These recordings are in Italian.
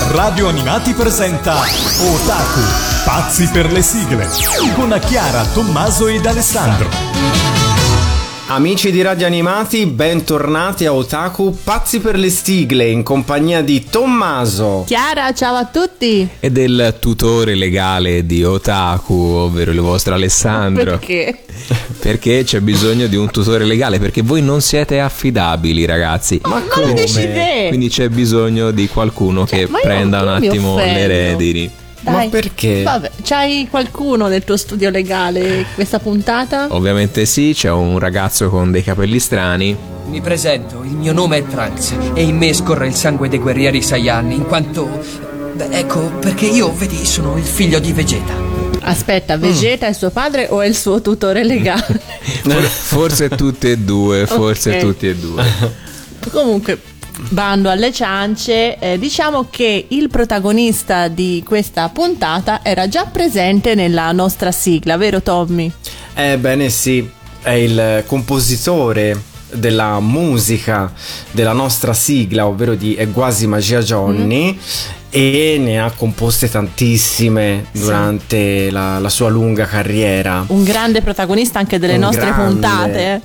Radio Animati presenta Otaku, pazzi per le sigle, con Chiara, Tommaso ed Alessandro. Amici di Radio Animati, bentornati a Otaku, pazzi per le sigle, in compagnia di Tommaso, Chiara, ciao a tutti. E del tutore legale di Otaku, ovvero il vostro Alessandro. Perché? Perché c'è bisogno di un tutore legale, perché voi non siete affidabili, ragazzi. Ma come? Lo dici te? Quindi c'è bisogno di qualcuno che prenda un attimo le redini. Dai, ma perché? Vabbè, c'hai qualcuno nel tuo studio legale questa puntata? Ovviamente sì, c'è un ragazzo con dei capelli strani. Mi presento, il mio nome è Trunks e in me scorre il sangue dei guerrieri Saiyan, in quanto... ecco, perché io, vedi, sono il figlio di Vegeta. Aspetta, Vegeta è suo padre o è il suo tutore legale? Forse tutte e due, forse Ok. tutti e due. Comunque, bando alle ciance, diciamo che il protagonista di questa puntata era già presente nella nostra sigla, vero Tommy? Ebbene sì, è il compositore della musica della nostra sigla, ovvero di È quasi magia Johnny, e ne ha composte tantissime durante la sua lunga carriera. Un grande protagonista anche delle Un nostre grande. puntate.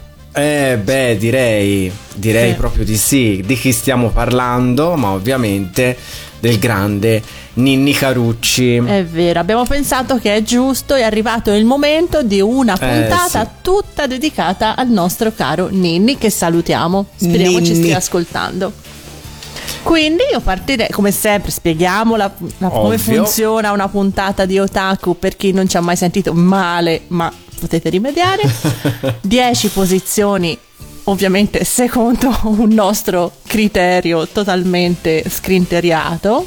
Direi Sì. proprio di sì. Di chi stiamo parlando? Ma ovviamente del grande Ninni Carucci. È vero, abbiamo pensato che è giusto, è arrivato il momento di una puntata sì. tutta dedicata al nostro caro Ninni, che salutiamo, speriamo ci Ninni. stia ascoltando. Quindi io partirei, come sempre, spieghiamo come Ovvio. funziona una puntata di Otaku per chi non ci ha mai sentito male, ma potete rimediare. 10 posizioni, ovviamente secondo un nostro criterio totalmente scriteriato.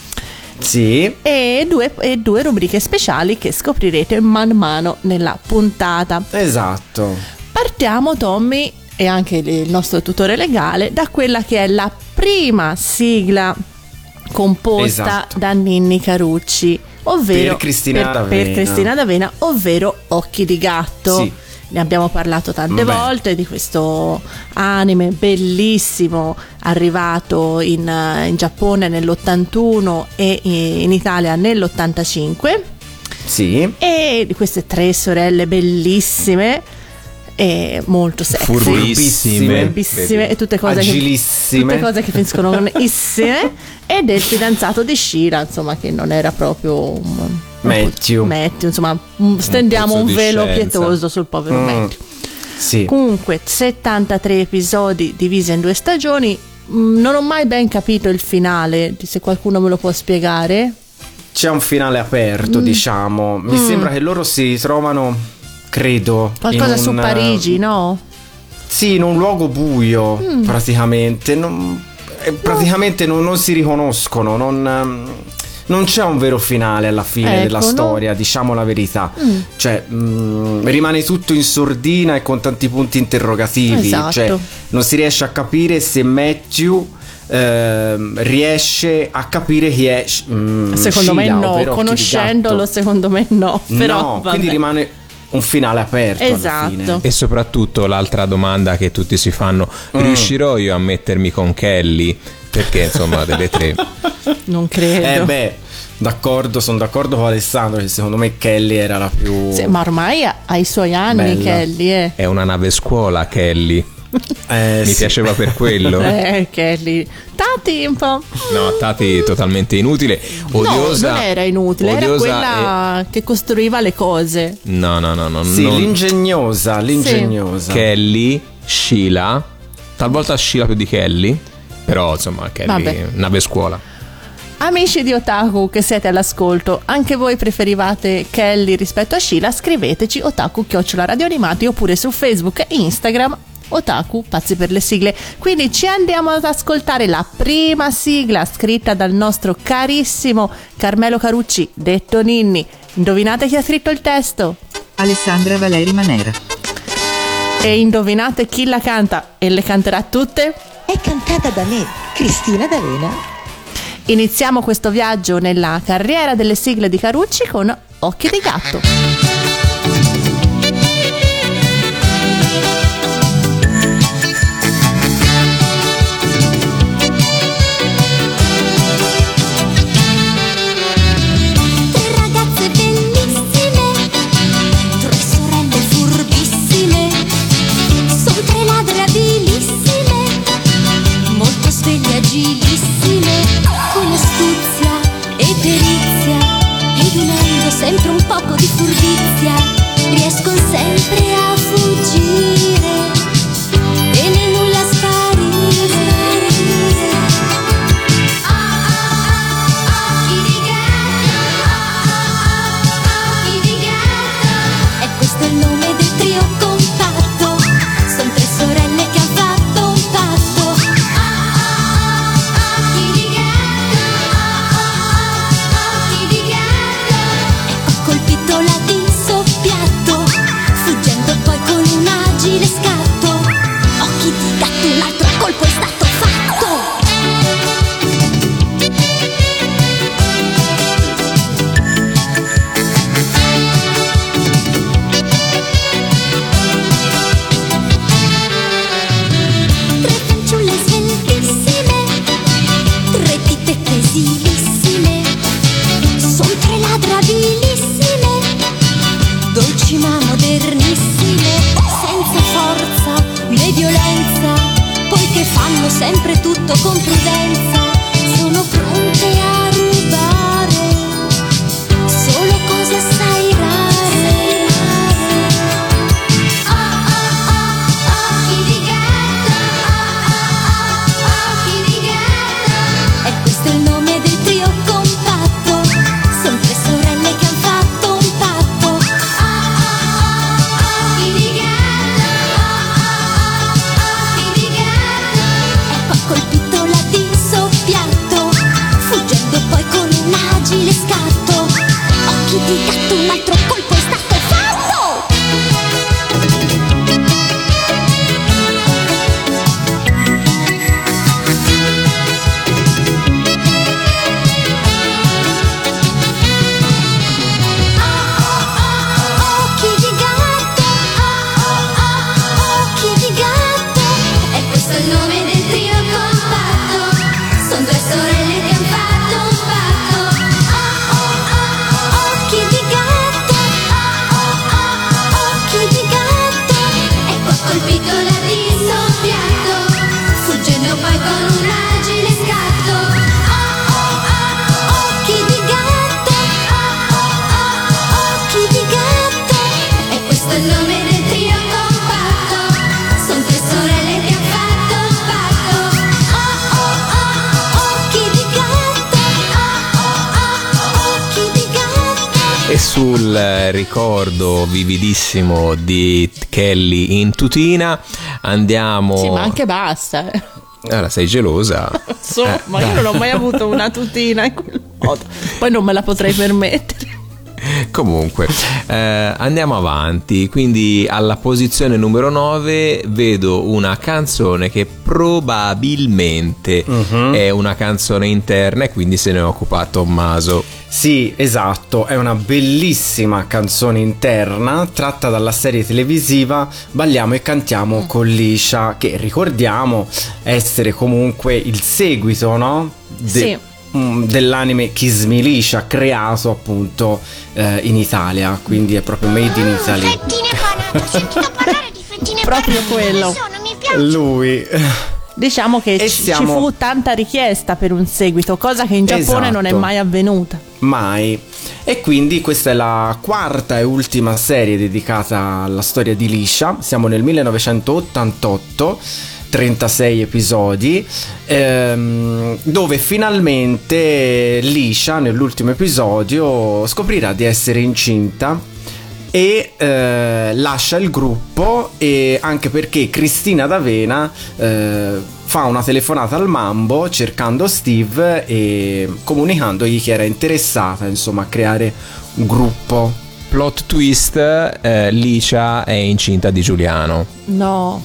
Sì. E due rubriche speciali che scoprirete man mano nella puntata. Esatto. Partiamo, Tommy, e anche il nostro tutore legale, da quella che è la prima sigla composta Esatto. da Ninni Carucci, ovvero Per Cristina D'Avena. per Cristina D'Avena, ovvero Occhi di gatto. Sì. Ne abbiamo parlato tante volte di questo anime bellissimo, arrivato in Giappone nell'81 e in Italia nell'85, Sì. e di queste tre sorelle bellissime e molto sexy, Furbissime. furbissime e tutte cose Agilissime. che finiscono con issime, e del fidanzato di Shira, insomma, che non era proprio Matthew. insomma, stendiamo puzzo un di velo scienza. pietoso sul povero Matthew. Sì. Comunque 73 episodi divisi in 2 stagioni. Non ho mai ben capito il finale, se qualcuno me lo può spiegare. C'è un finale aperto, diciamo. Mi sembra che loro si ritrovano, credo, Qualcosa in su Parigi, no? Sì, in un luogo buio, praticamente. Praticamente non si riconoscono, non c'è un vero finale alla fine della Ecco, no? storia, diciamo la verità. Cioè, rimane tutto in sordina e con tanti punti interrogativi. Esatto. Cioè, non si riesce a capire se Matthew riesce a capire chi è Secondo me Sheila, no, ovvero Occhi di conoscendolo Gatto. secondo me no, però No, vabbè. quindi rimane un finale aperto alla Esatto. fine. E soprattutto l'altra domanda che tutti si fanno: riuscirò io a mettermi con Kelly? Perché insomma delle tre Non credo. D'accordo, sono d'accordo con Alessandro che secondo me Kelly era la più... Sì, ma ormai ha i suoi anni, Bella. Kelly, è una nave scuola, Kelly. Mi sì. piaceva per quello. Kelly. Tati un po'. No, Tati totalmente inutile, odiosa. No, non era inutile, era odiosa quella che costruiva le cose. No, Sì, non- l'ingegnosa. Kelly, Sheila, talvolta Sheila più di Kelly, però insomma Kelly, Vabbè. nave scuola. Amici di Otaku che siete all'ascolto, anche voi preferivate Kelly rispetto a Sheila? Scriveteci otaku@radioanimati oppure su Facebook e Instagram Otaku pazzi per le sigle. Quindi ci andiamo ad ascoltare la prima sigla scritta dal nostro carissimo Carmelo Carucci, detto Ninni. Indovinate chi ha scritto il testo? Alessandra Valeri Manera. E indovinate chi la canta e le canterà tutte? È cantata da me, Cristina D'Avena. Iniziamo questo viaggio nella carriera delle sigle di Carucci con Occhi di gatto. agilissime, con astuzia e perizia, ed unendo sempre un poco di furbizia, riescono sempre a fuggire e nel nulla sparire. Occhi di gatto, e questo è il nome del trio compatto. Son 3 sorelle che han fatto un patto. Occhi di gatto, e ho colpito la di soppiatto, fuggendo poi con un agile scatto. Occhi di gatto, un altro colpo è stato fatto. Tre fanciulle sveltissime, 3 tipe tesilissime, son 3 ladrabilissime, dolci ma modernissime, senza forza né violenza, poiché fanno sempre tutto con prudenza. Sono pronte a rubare solo cose assai rare. Occhi di gatto, e questo è il nome del trio compatto. Son 3 sorelle che han fatto un patto. Occhi di gatto, e poi colpito la di soppiatto, fuggendo poi con un agile scatto. Occhi di gatto, un altro colpo è stato fatto. Occhi di gatto, e questo è il nome del trio compatto. Son 2 sorelle che han fatto un patto. Occhi di gatto, e poi ho colpito la di soppiatto, fuggendo poi con un agile scatto. Occhi di gatto, e questo è il nome del trio compatto. Son 3 sorelle che han fatto un patto. Occhi di gatto. E sul ricordo vividissimo di Kelly in tutina andiamo. Sì, ma anche basta. Allora, sei gelosa? Ma io non ho mai avuto una tutina in quel modo. Poi non me la potrei permettere. Comunque, andiamo avanti. Quindi alla posizione numero 9 vedo una canzone che probabilmente è una canzone interna, e quindi se ne occupa Tommaso. Sì, esatto, è una bellissima canzone interna tratta dalla serie televisiva Balliamo e cantiamo con Liscia, che ricordiamo essere comunque il seguito, no? Sì. Dell'anime Kiss Me Liscia, creato appunto in Italia, quindi è proprio made in Italy. Fettine panate, ho sentito parlare di fettine Proprio panate. quello. Mi piace. Lui. Diciamo che E ci fu tanta richiesta per un seguito, cosa che in Giappone non è Esatto. mai avvenuta. Mai. E quindi questa è la quarta e ultima serie dedicata alla storia di Liscia. Siamo nel 1988, 36 episodi, dove finalmente Liscia nell'ultimo episodio scoprirà di essere incinta e lascia il gruppo, e anche perché Cristina D'Avena fa una telefonata al Mambo cercando Steve e comunicandogli che era interessata, insomma, a creare un gruppo. Plot twist, Licia è incinta di Giuliano. No,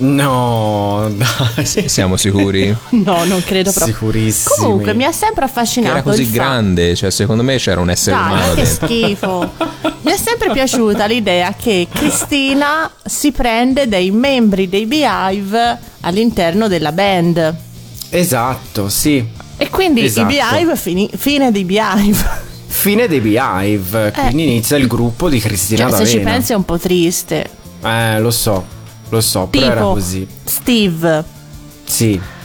Dai. Siamo sicuri? no, non credo proprio. Sicurissimi. Comunque mi ha sempre Che affascinato era così il fatto- grande, cioè secondo me c'era un essere Dai, umano ma che dentro. schifo. Mi è sempre piaciuta l'idea che Cristina si prende dei membri dei Beehive all'interno della band. Esatto, sì. E quindi Esatto. i Beehive, fine dei Beehive. Fine dei Beehive, quindi inizia il gruppo di Cristina Cioè, D'Avena. se ci pensi è un po' triste. Lo so, però era Tipo così. Steve, Sì.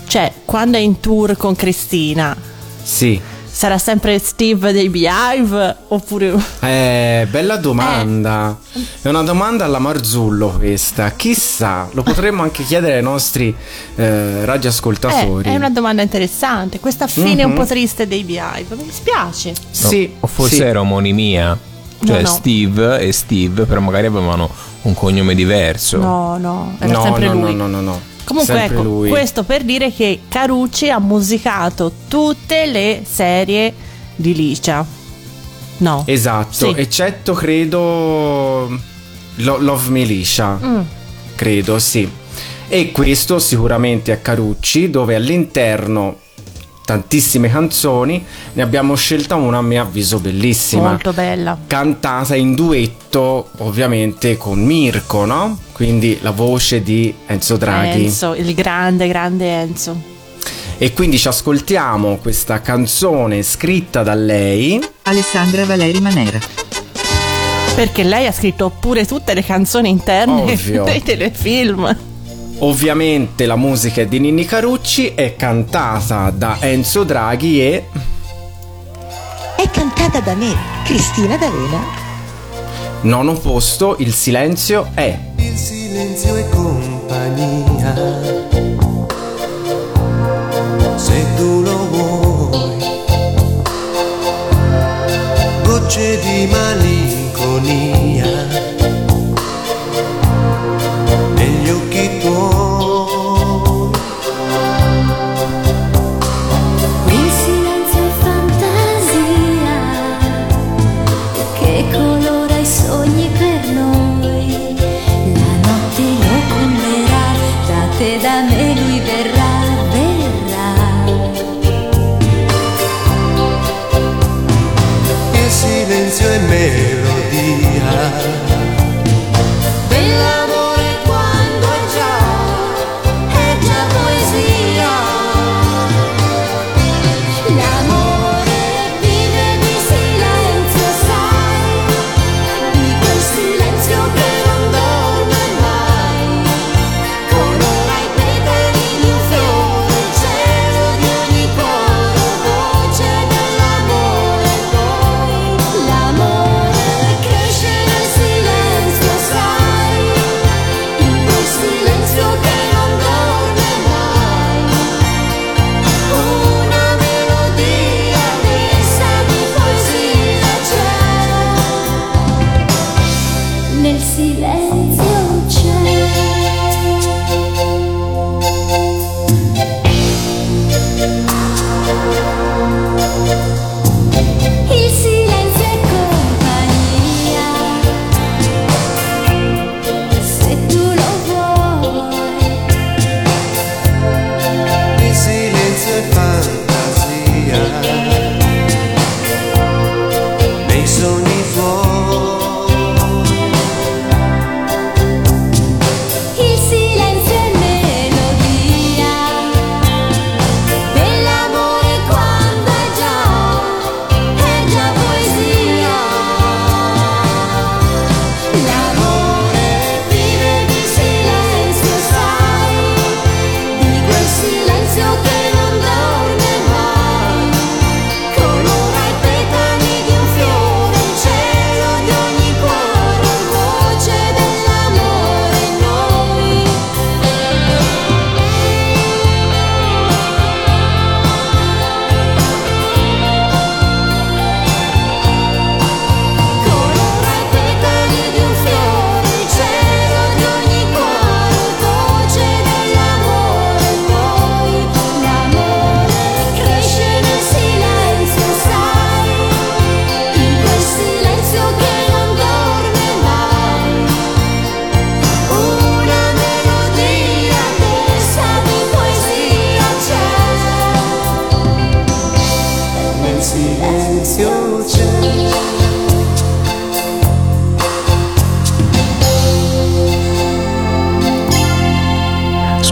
Cioè, quando è in tour con Cristina, Sì. sarà sempre Steve dei Beehive oppure... Bella domanda. È una domanda alla Marzullo questa. Chissà, lo potremmo anche chiedere ai nostri radioascoltatori. È una domanda interessante. Questa fine un po' triste dei Beehive, mi dispiace. Sì. O forse sì. era omonimia. Cioè No. Steve e Steve, però magari avevano un cognome diverso. No, era No, sempre no, lui. no. Comunque Sempre ecco, lui. questo per dire che Carucci ha musicato tutte le serie di Licia. No. Esatto, Sì. eccetto credo Love Militia. Credo, sì. E questo sicuramente a Carucci, dove all'interno tantissime canzoni, ne abbiamo scelta una a mio avviso bellissima, Molto bella. cantata in duetto ovviamente con Mirko, no? Quindi la voce di Enzo Draghi. Enzo, il grande Enzo. E quindi ci ascoltiamo questa canzone scritta da lei. Alessandra Valeri Manera. Perché lei ha scritto pure tutte le canzoni interne Ovvio. dei telefilm. Ovviamente la musica è di Ninni Carucci, è cantata da Enzo Draghi e È cantata da me, Cristina D'Avena. nono posto, Il silenzio è. Il silenzio è compagnia, se tu lo vuoi, gocce di malinconia negli occhi tuoi. Il silenzio è fantasia che colora i sogni per noi. La notte lo converrà, da te da me lui verrà. Il silenzio è melodia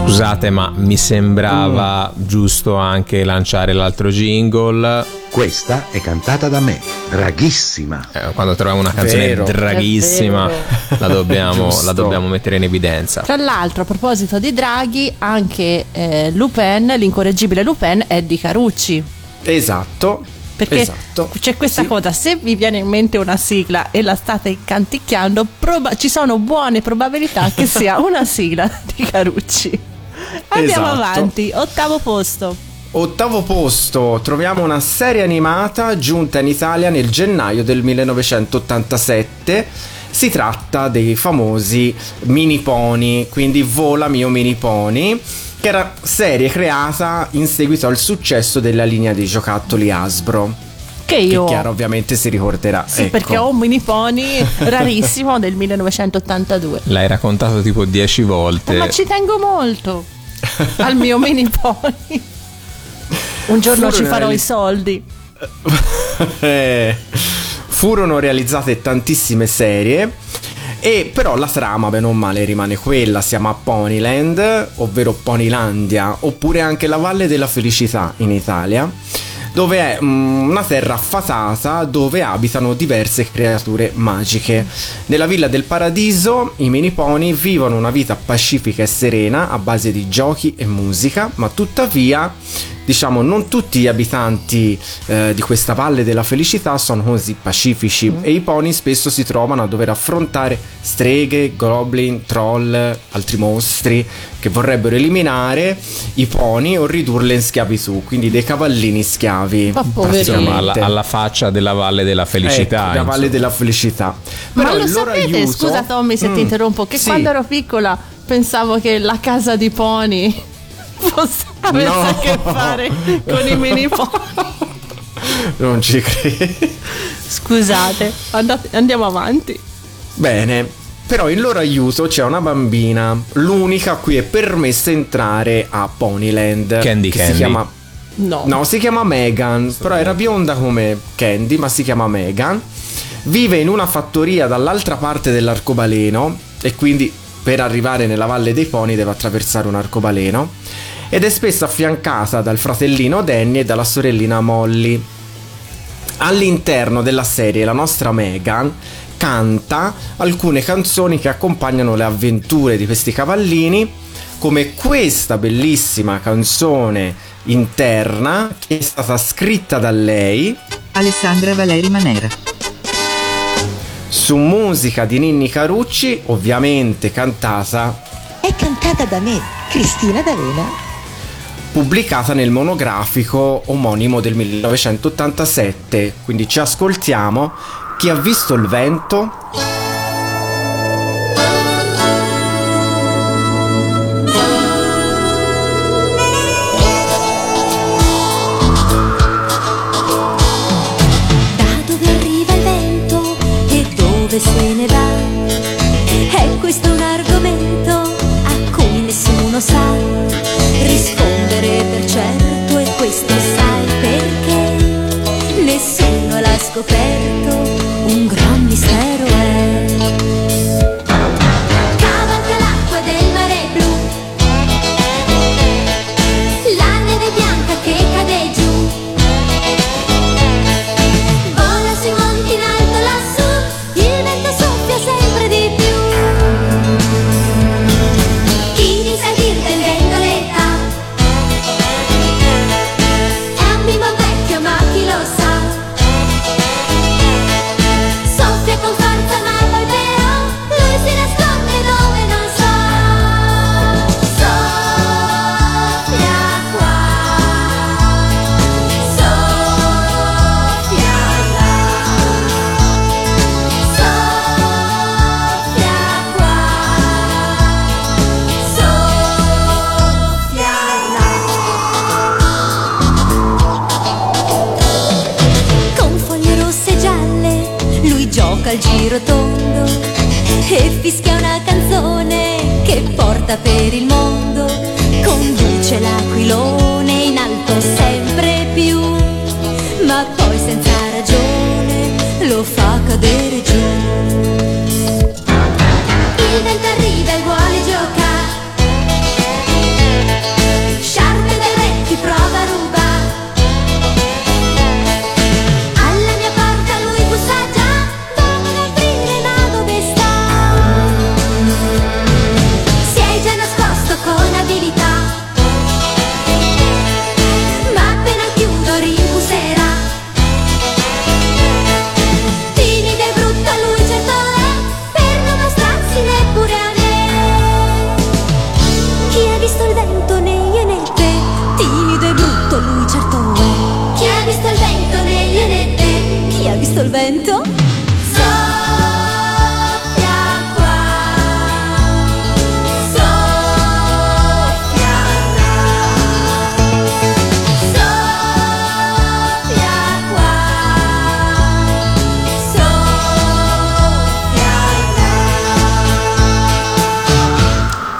Scusate, ma mi sembrava giusto anche lanciare l'altro jingle. Questa è cantata da me, draghissima. Quando troviamo una canzone draghissima, la dobbiamo mettere in evidenza. Tra l'altro, a proposito di draghi, anche Lupin, l'incorreggibile Lupin, è di Carucci. Esatto. Perché c'è questa cosa, se vi viene in mente una sigla e la state canticchiando, ci sono buone probabilità che sia una sigla di Carucci. Andiamo avanti, ottavo posto, troviamo una serie animata giunta in Italia nel gennaio del 1987. Si tratta dei famosi Mini Pony, quindi Vola mio Mini Pony, che era serie creata in seguito al successo della linea dei giocattoli Hasbro. Che Chiara ovviamente si ricorderà. Sì, perché ho un Mini Pony rarissimo del 1982. L'hai raccontato tipo 10 volte. Ma ci tengo molto al mio Mini Pony. Un giorno ci farò i soldi. Furono realizzate tantissime serie, e però la trama bene o male rimane quella. Siamo a Ponyland, ovvero Ponylandia, oppure anche la Valle della Felicità in Italia, dove è una terra fatata dove abitano diverse creature magiche. Nella Villa del Paradiso i Mini Pony vivono una vita pacifica e serena a base di giochi e musica, ma tuttavia, diciamo, non tutti gli abitanti di questa Valle della Felicità sono così pacifici, e i pony spesso si trovano a dover affrontare streghe, goblin, troll, altri mostri che vorrebbero eliminare i pony o ridurle in schiavitù, quindi dei cavallini schiavi. Alla faccia della Valle della Felicità. La Valle della Felicità. Però ma lo sapete, scusa Tommy se ti interrompo, che quando ero piccola pensavo che la casa di pony avesse a che fare con i Mini Pony. Non ci credo. Scusate, andiamo avanti. Bene, però in loro aiuto c'è una bambina, l'unica a cui è permesso entrare a Ponyland. Candy. Si chiama... No, si chiama Megan, però era bionda come Candy, ma si chiama Megan. Vive in una fattoria dall'altra parte dell'arcobaleno, e quindi per arrivare nella Valle dei Pony deve attraversare un arcobaleno, ed è spesso affiancata dal fratellino Danny e dalla sorellina Molly. All'interno della serie la nostra Megan canta alcune canzoni che accompagnano le avventure di questi cavallini, come questa bellissima canzone interna che è stata scritta da lei, Alessandra Valeri Manera, su musica di Ninni Carucci, ovviamente cantata da me, Cristina D'Avena, pubblicata nel monografico omonimo del 1987. Quindi ci ascoltiamo Chi ha visto il vento. Da dove arriva il vento e dove se ne va? È questo un argomento a cui nessuno sa rispondere per certo, e questo sai perché nessuno l'ha scoperto, un gran mistero è. Cavalca l'acqua del mare blu, la neve bianca che cade giù, vola sui monti in alto lassù, il vento soffia sempre di più. Chi ne sa dir del vento l'età? È un bimbo vecchio ma chi lo sa? Soffia con forza ma poi però lui si nasconde dove non sa. Soffia qua, soffia là, soffia qua, soffia là. Con foglie rosse e gialle lui gioca al giro tondo e fischia una canzone che porta per il mondo. Conduce l'aquilone in alto sempre più, ma poi senza ragione lo fa cadere giù. Il vento arriva e vuole giocare,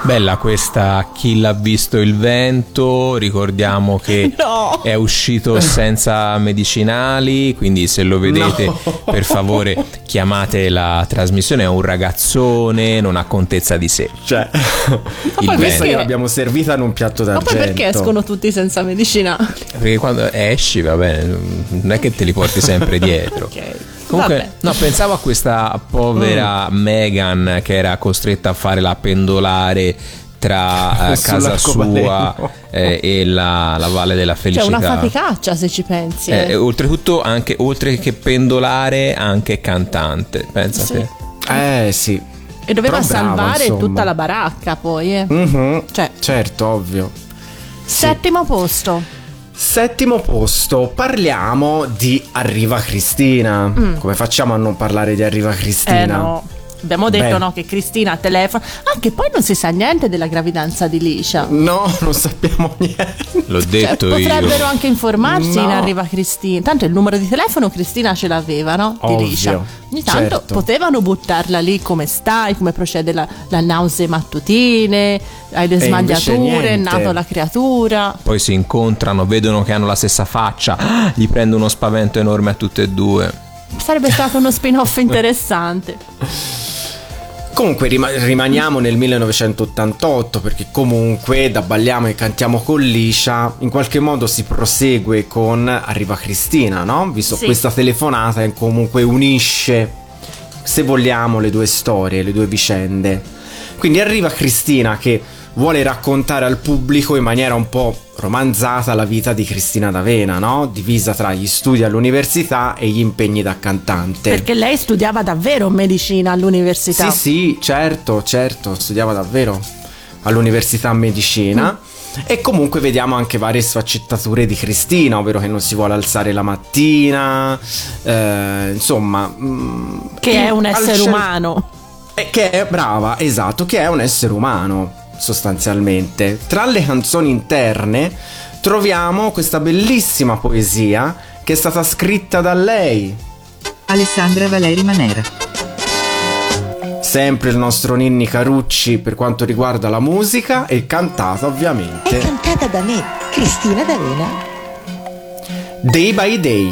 Bella questa Chi l'ha visto il vento, ricordiamo che No. è uscito senza medicinali, quindi se lo vedete per favore chiamate la trasmissione, è un ragazzone, non ha contezza di sé. Cioè, poi questa perché? gliel'abbiamo servita in un piatto Ma d'argento. poi perché escono tutti senza medicinali? Perché quando esci, va bene, non è che te li porti sempre dietro. Ok. Comunque, Vabbè. no, pensavo a questa povera Meghan che era costretta a fare la pendolare tra casa sua Sull'arcobaleno. e la Valle della Cioè Felicità. una faticaccia se ci pensi. E oltretutto, anche oltre che pendolare, anche cantante. Pensa Sì. te. Sì. E doveva Però brava, salvare insomma. tutta la baracca poi. Mhm. Cioè, Certo, ovvio. settimo posto. Settimo posto, parliamo di Arriva Cristina. Come facciamo a non parlare di Arriva Cristina? No. Abbiamo detto Beh. no, che Cristina telefona. Anche poi non si sa niente della gravidanza di Liscia. No, non sappiamo niente. L'ho Cioè, detto io. potrebbero anche informarsi No. in Arriva Cristina. Tanto il numero di telefono Cristina ce l'aveva, no? Di Ovvio, Liscia. Ogni tanto certo. potevano buttarla lì, come stai, come procede la nausea mattutine, hai le invece smagliature, è niente. nato la creatura. Poi si incontrano, vedono che hanno la stessa faccia, gli prende uno spavento enorme a tutte e due. Sarebbe stato uno spin-off interessante. Comunque rimaniamo nel 1988, perché comunque da Balliamo e Cantiamo con Liscia in qualche modo si prosegue con Arriva Cristina, no? Visto Sì. questa telefonata che comunque unisce, se vogliamo, le due storie, le due vicende. Quindi arriva Cristina che vuole raccontare al pubblico in maniera un po' romanzata la vita di Cristina D'Avena, no? Divisa tra gli studi all'università e gli impegni da cantante. Perché lei studiava davvero medicina all'università. Sì, certo, studiava davvero all'università medicina. E comunque vediamo anche varie sfaccettature di Cristina, ovvero che non si vuole alzare la mattina, insomma, Che è un essere al umano. che è brava, esatto, che è un essere umano sostanzialmente. Tra le canzoni interne troviamo questa bellissima poesia che è stata scritta da lei, Alessandra Valeri Manera. sempre il nostro Ninni Carucci per quanto riguarda la musica, e cantata È ovviamente cantata da me, Cristina D'Avena. Day by Day.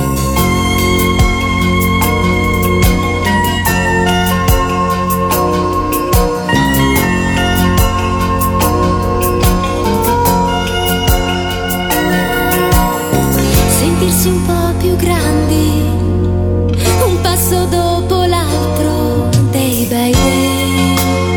Sentirsi un po' più grandi, un passo dopo l'altro, day by day.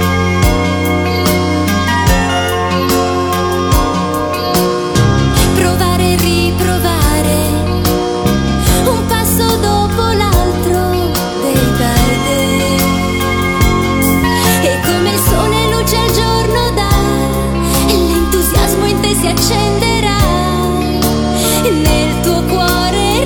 Provare e riprovare, un passo dopo l'altro, day by day. E come il sole luce al giorno dà, l'entusiasmo in te si accenderà. Nel tuo cuore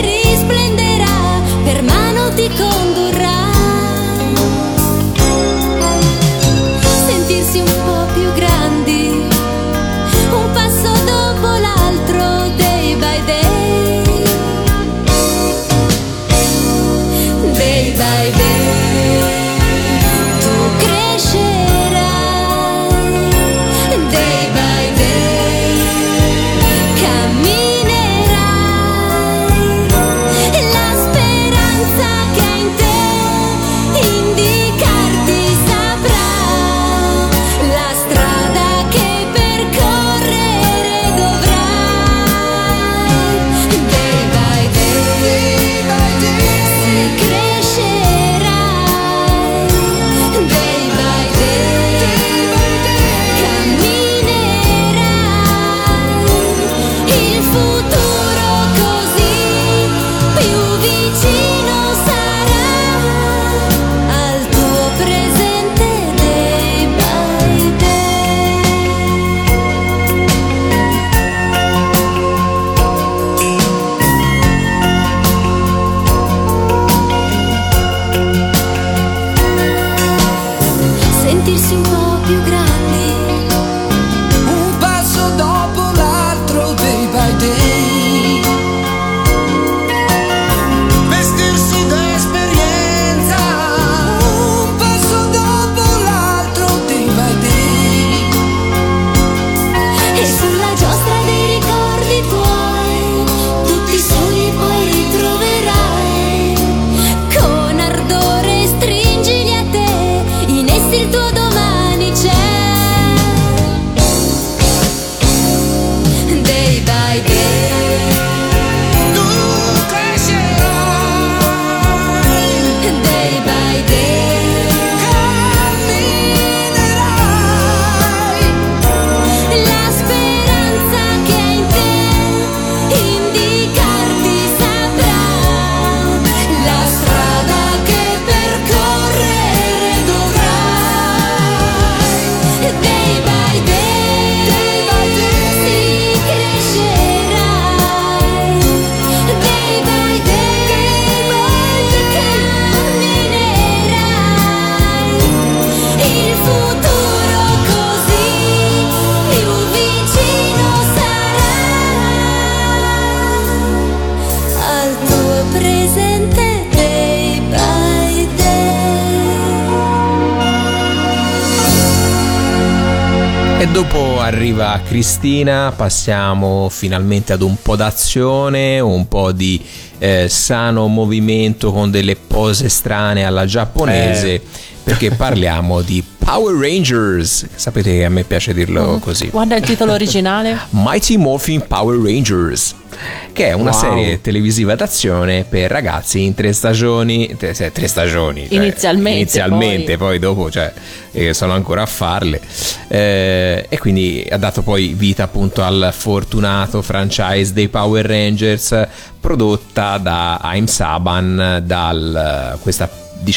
E dopo arriva Cristina, passiamo finalmente ad un po' d'azione, un po' di sano movimento con delle pose strane alla giapponese, perché parliamo di Power Rangers. Sapete che a me piace dirlo così. Guarda il titolo originale. Mighty Morphin Power Rangers, che è una serie televisiva d'azione per ragazzi in 3 stagioni. 3 stagioni. Cioè, inizialmente, poi dopo sono ancora a farle. E quindi ha dato poi vita appunto al fortunato franchise dei Power Rangers, prodotta da Aim Saban, questa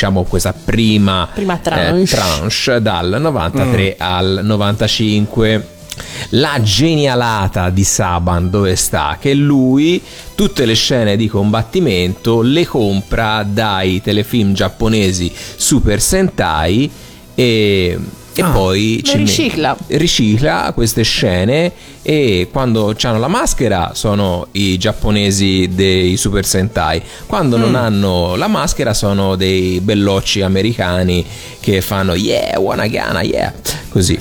prima tranche dal 93 al 95. La genialata di Saban dove sta? Che lui tutte le scene di combattimento le compra dai telefilm giapponesi Super Sentai e poi ricicla queste scene, e quando hanno la maschera sono i giapponesi dei Super Sentai, quando non hanno la maschera sono dei bellocci americani che fanno yeah, wanagana, yeah, così.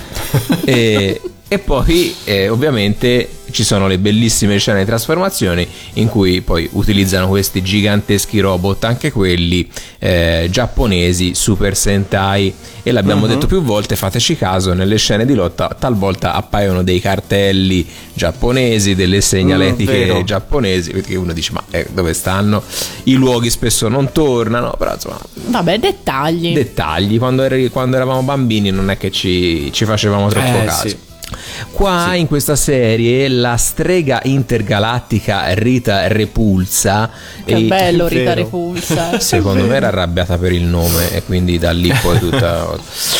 E poi ovviamente ci sono le bellissime scene di trasformazione in cui poi utilizzano questi giganteschi robot, anche quelli giapponesi Super Sentai, e l'abbiamo detto più volte, fateci caso, nelle scene di lotta talvolta appaiono dei cartelli giapponesi, delle segnaletiche giapponesi, perché uno dice ma dove stanno? I luoghi spesso non tornano, però insomma vabbè, dettagli. Quando eravamo bambini non è che ci facevamo troppo caso. Sì. Qua in questa serie la strega intergalattica Rita Repulsa, che bello Rita Repulsa, secondo me era arrabbiata per il nome e quindi da lì poi tutta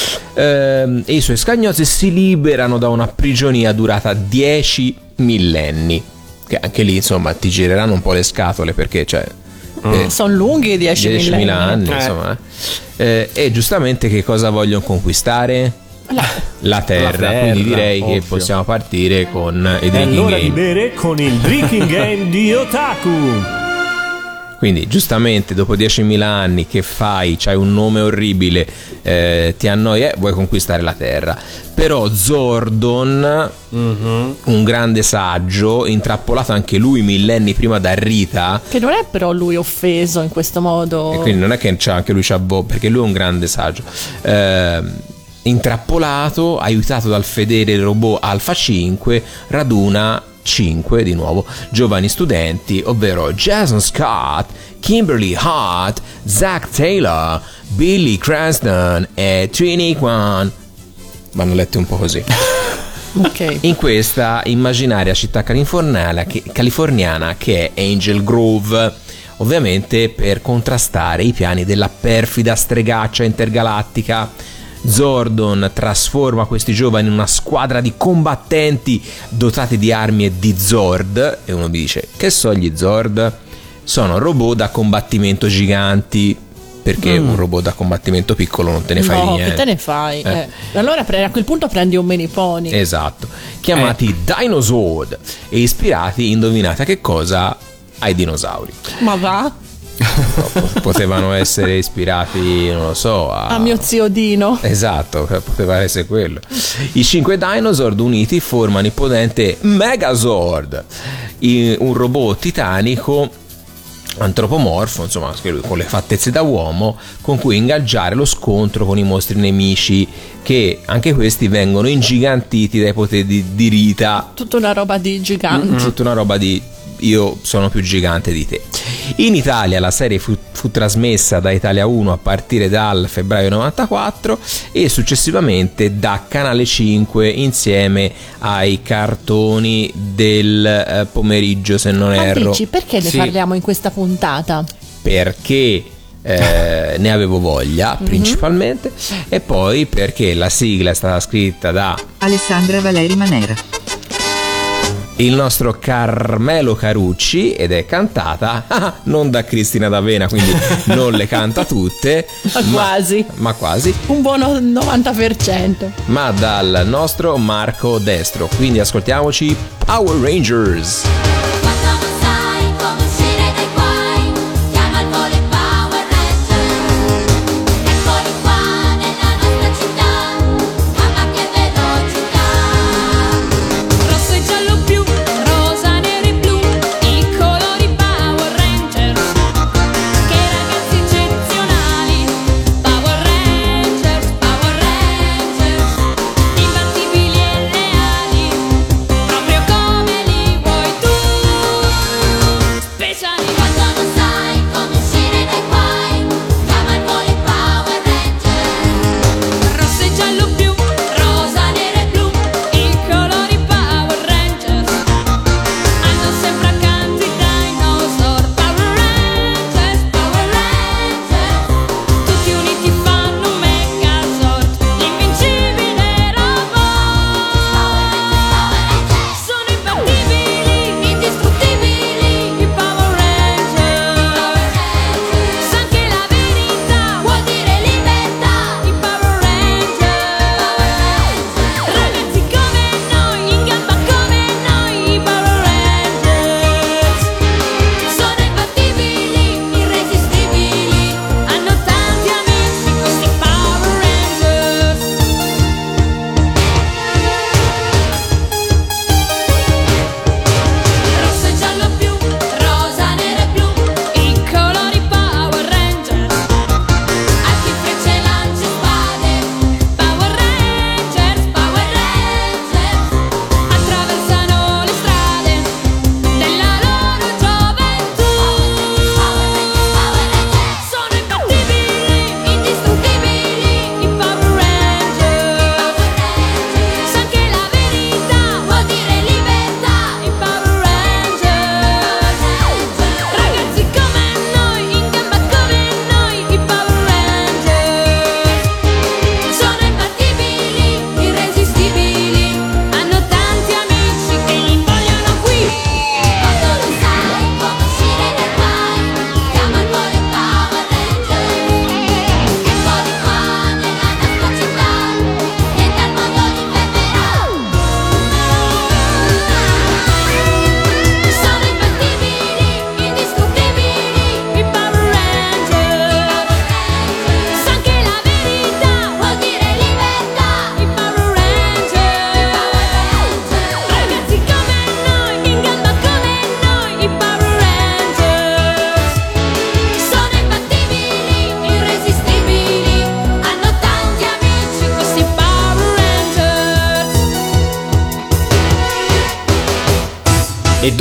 e i suoi scagnozzi si liberano da una prigionia durata 10 millenni, che anche lì insomma ti gireranno un po' le scatole, perché sono lunghi 10.000 anni insomma. E giustamente che cosa vogliono conquistare? La terra, quindi direi che possiamo partire con i drinking game. È l'ora di bere con il drinking game di Otaku. Quindi giustamente dopo 10.000 anni che fai? C'hai un nome orribile, ti annoia, vuoi conquistare la terra. Però Zordon, un grande saggio, intrappolato anche lui millenni prima da Rita, che non è però lui offeso in questo modo, e quindi non è che anche lui perché lui è un grande saggio, intrappolato, aiutato dal fedele robot Alpha 5, raduna 5 di nuovo giovani studenti, ovvero Jason Scott, Kimberly Hart, Zack Taylor, Billy Cranston e Trini Kwan. Vanno letti un po' così. Okay. In questa immaginaria città californiana che è Angel Grove, ovviamente per contrastare i piani della perfida stregaccia intergalattica. Zordon trasforma questi giovani in una squadra di combattenti dotati di armi e di Zord, e uno mi dice che sono gli Zord? Sono robot da combattimento giganti, perché un robot da combattimento piccolo non te ne fai niente. Che te ne fai? Allora a quel punto prendi un mini pony. Esatto, chiamati Dinosaur e ispirati, indovinate a che cosa? Ai dinosauri. Ma va? Potevano essere ispirati, non lo so, a mio zio Dino. Esatto, poteva essere quello. I 5 Dinosaur uniti formano il potente Megazord, un robot titanico antropomorfo, insomma, con le fattezze da uomo, con cui ingaggiare lo scontro con i mostri nemici, che anche questi vengono ingigantiti dai poteri di Rita. Tutta una roba di giganti. Tutta una roba di io sono più gigante di te. In Italia la serie fu trasmessa da Italia 1 a partire dal febbraio 94 e successivamente da Canale 5 insieme ai cartoni del pomeriggio, se non erro. Dici, perché ne parliamo in questa puntata? Perché ne avevo voglia principalmente, e poi perché la sigla è stata scritta da Alessandra Valeri Manera, il nostro Carmelo Carucci, ed è cantata non da Cristina D'Avena, quindi non le canta tutte, ma quasi un buono 90%, ma dal nostro Marco Destro. Quindi ascoltiamoci Power Rangers.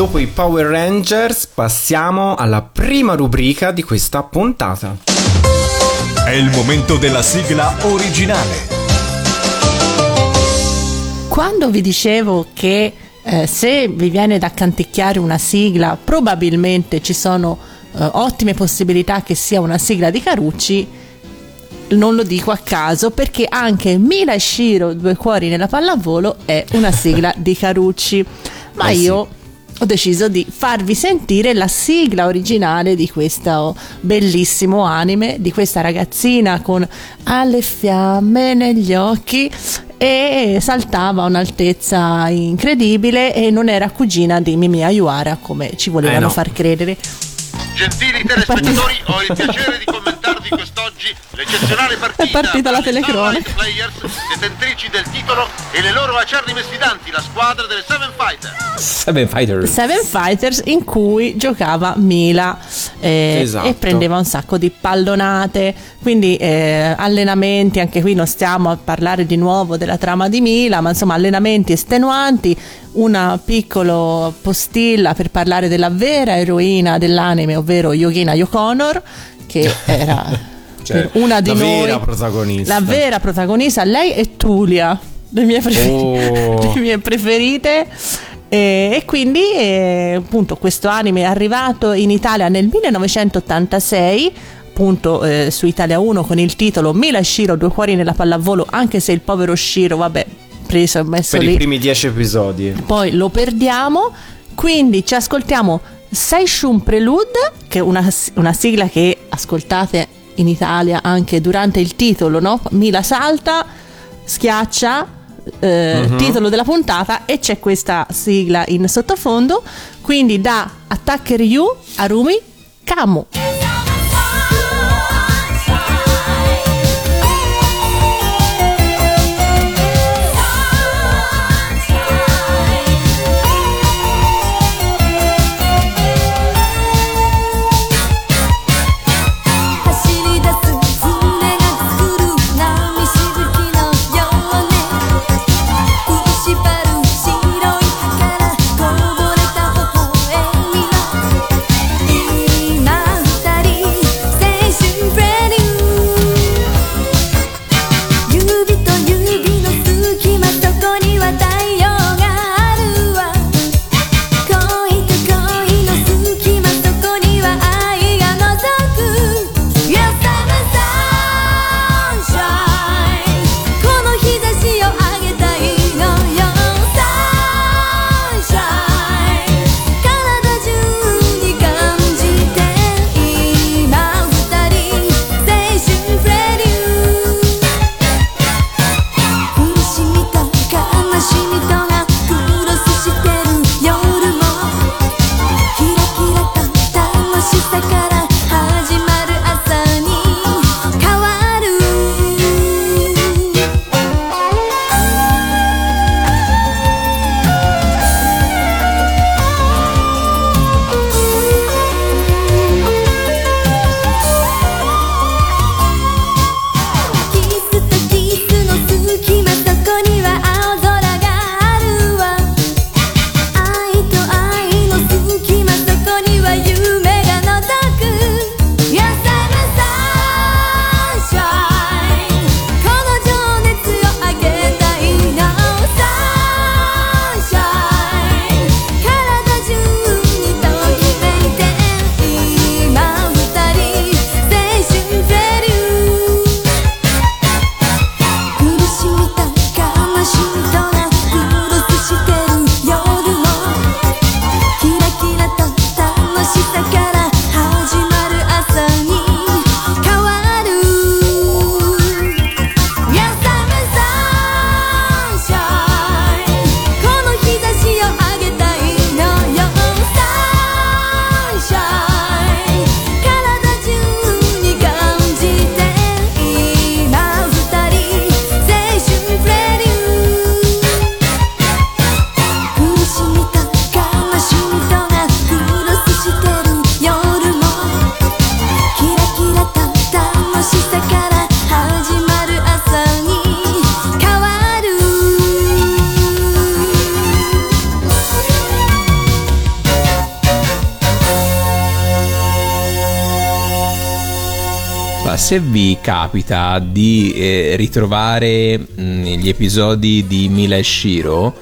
dopo i Power Rangers passiamo alla prima rubrica di questa puntata. È il momento della sigla originale. Quando vi dicevo che se vi viene da canticchiare una sigla, probabilmente ci sono ottime possibilità che sia una sigla di Carucci, non lo dico a caso, perché anche Mila e Shiro, Due cuori nella pallavolo, è una sigla di Carucci. Ma io ho deciso di farvi sentire la sigla originale di questo bellissimo anime, di questa ragazzina con alle fiamme negli occhi, e saltava a un'altezza incredibile e non era cugina di Mimi Ayuara come ci volevano far credere. Gentili telespettatori, ho il piacere di commentarvi quest'oggi l'eccezionale partita. È partita la telecronaca. Players, detentrici del titolo, e le loro acernime sfidanti, la squadra delle Seven Fighters, in cui giocava Mila esatto. e prendeva un sacco di pallonate, quindi allenamenti, anche qui non stiamo a parlare di nuovo della trama di Mila, ma insomma allenamenti estenuanti, una piccola postilla per parlare della vera eroina dell'anime, ovvero Yogina Yokonor, che era una di noi, la vera protagonista. Lei è Tulia, le mie preferite. E quindi appunto questo anime è arrivato in Italia nel 1986, appunto su Italia 1 con il titolo Mila e Shiro, Due cuori nella pallavolo, anche se il povero Shiro, vabbè, preso e messo per lì i primi 10 episodi, poi lo perdiamo. Quindi ci ascoltiamo Seishun Prelude, che è una sigla che ascoltate in Italia anche durante il titolo, no? Mila salta, schiaccia, titolo della puntata, e c'è questa sigla in sottofondo. Quindi da Attacker You, Arumi Kamu. cosa: se vi capita di ritrovare gli episodi di Mila e Shiro,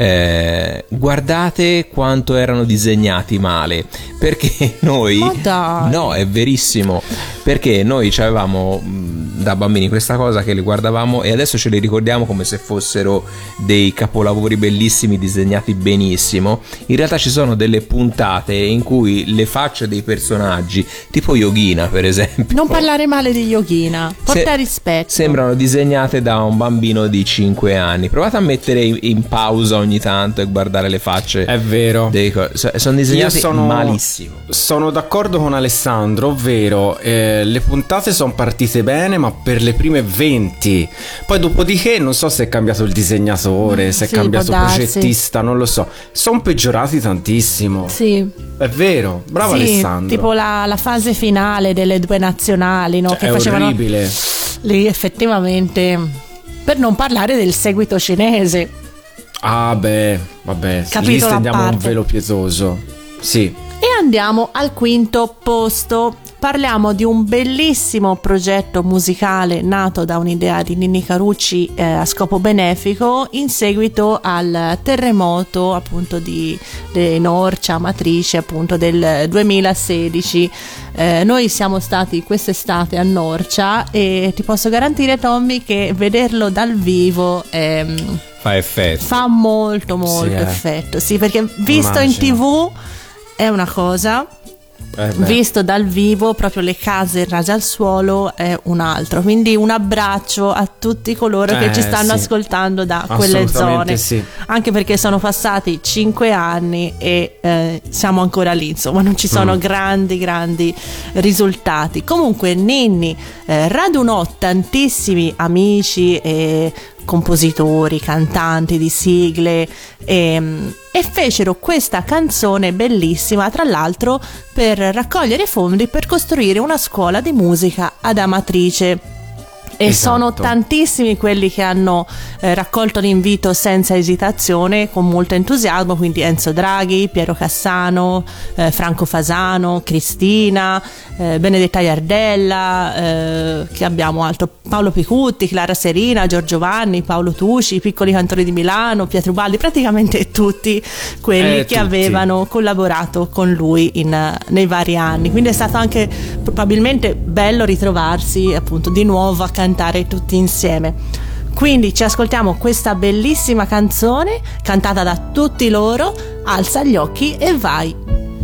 guardate quanto erano disegnati male, perché noi no, è verissimo, perché noi avevamo da bambini questa cosa che li guardavamo e adesso ce li ricordiamo come se fossero dei capolavori bellissimi disegnati benissimo. In realtà ci sono delle puntate in cui le facce dei personaggi, tipo Yogina per esempio, non parlare male di Yogina, porta rispetto, sembrano disegnate da un bambino di 5 anni. Provate a mettere in pausa ogni tanto e guardare le facce. È vero, sono disegnati malissimo. Sono d'accordo con Alessandro, ovvero le puntate sono partite bene, ma per le prime 20, poi dopodiché non so se è cambiato il disegnatore, se è cambiato il progettista, non lo so, sono peggiorati tantissimo. Sì, è vero, bravo sì, Alessandro. tipo la fase finale delle due nazionali, no? Che è facevano orribile lì, effettivamente, per non parlare del seguito cinese. Ah beh, vabbè, lì stendiamo un velo pietoso. Sì. E andiamo al quinto posto. Parliamo di un bellissimo progetto musicale nato da un'idea di Ninni Carucci a scopo benefico in seguito al terremoto appunto di Norcia, Amatrice, appunto del 2016. Noi siamo stati quest'estate a Norcia e ti posso garantire, Tommy, che vederlo dal vivo fa effetto. Fa molto effetto. Sì, perché visto in TV è una cosa, visto dal vivo, proprio le case rase al suolo, è un altro. Quindi un abbraccio a tutti coloro che ci stanno ascoltando da quelle zone, anche perché sono passati 5 anni e siamo ancora lì, insomma non ci sono grandi risultati. Comunque Ninni radunò tantissimi amici e compositori, cantanti di sigle e fecero questa canzone bellissima, tra l'altro per raccogliere fondi per costruire una scuola di musica ad Amatrice. E sono tantissimi quelli che hanno raccolto l'invito senza esitazione, con molto entusiasmo, quindi Enzo Draghi, Piero Cassano, Franco Fasano, Cristina, Benedetta Iardella, che abbiamo altro, Paolo Picutti, Clara Serina, Giorgio Vanni, Paolo Tucci, i Piccoli Cantori di Milano, Pietro Baldi, praticamente tutti quelli che avevano collaborato con lui nei vari anni. Quindi è stato anche probabilmente bello ritrovarsi appunto di nuovo a cantare tutti insieme. Quindi ci ascoltiamo questa bellissima canzone cantata da tutti loro. Alza gli occhi e vai.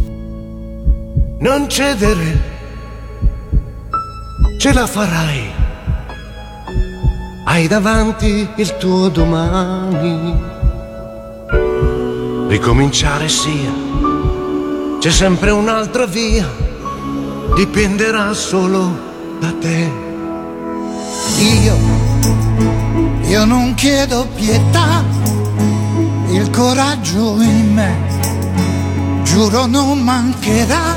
Non cedere, ce la farai, hai davanti il tuo domani. Ricominciare sia, c'è sempre un'altra via, dipenderà solo da te. Io non chiedo pietà, il coraggio in me, giuro non mancherà.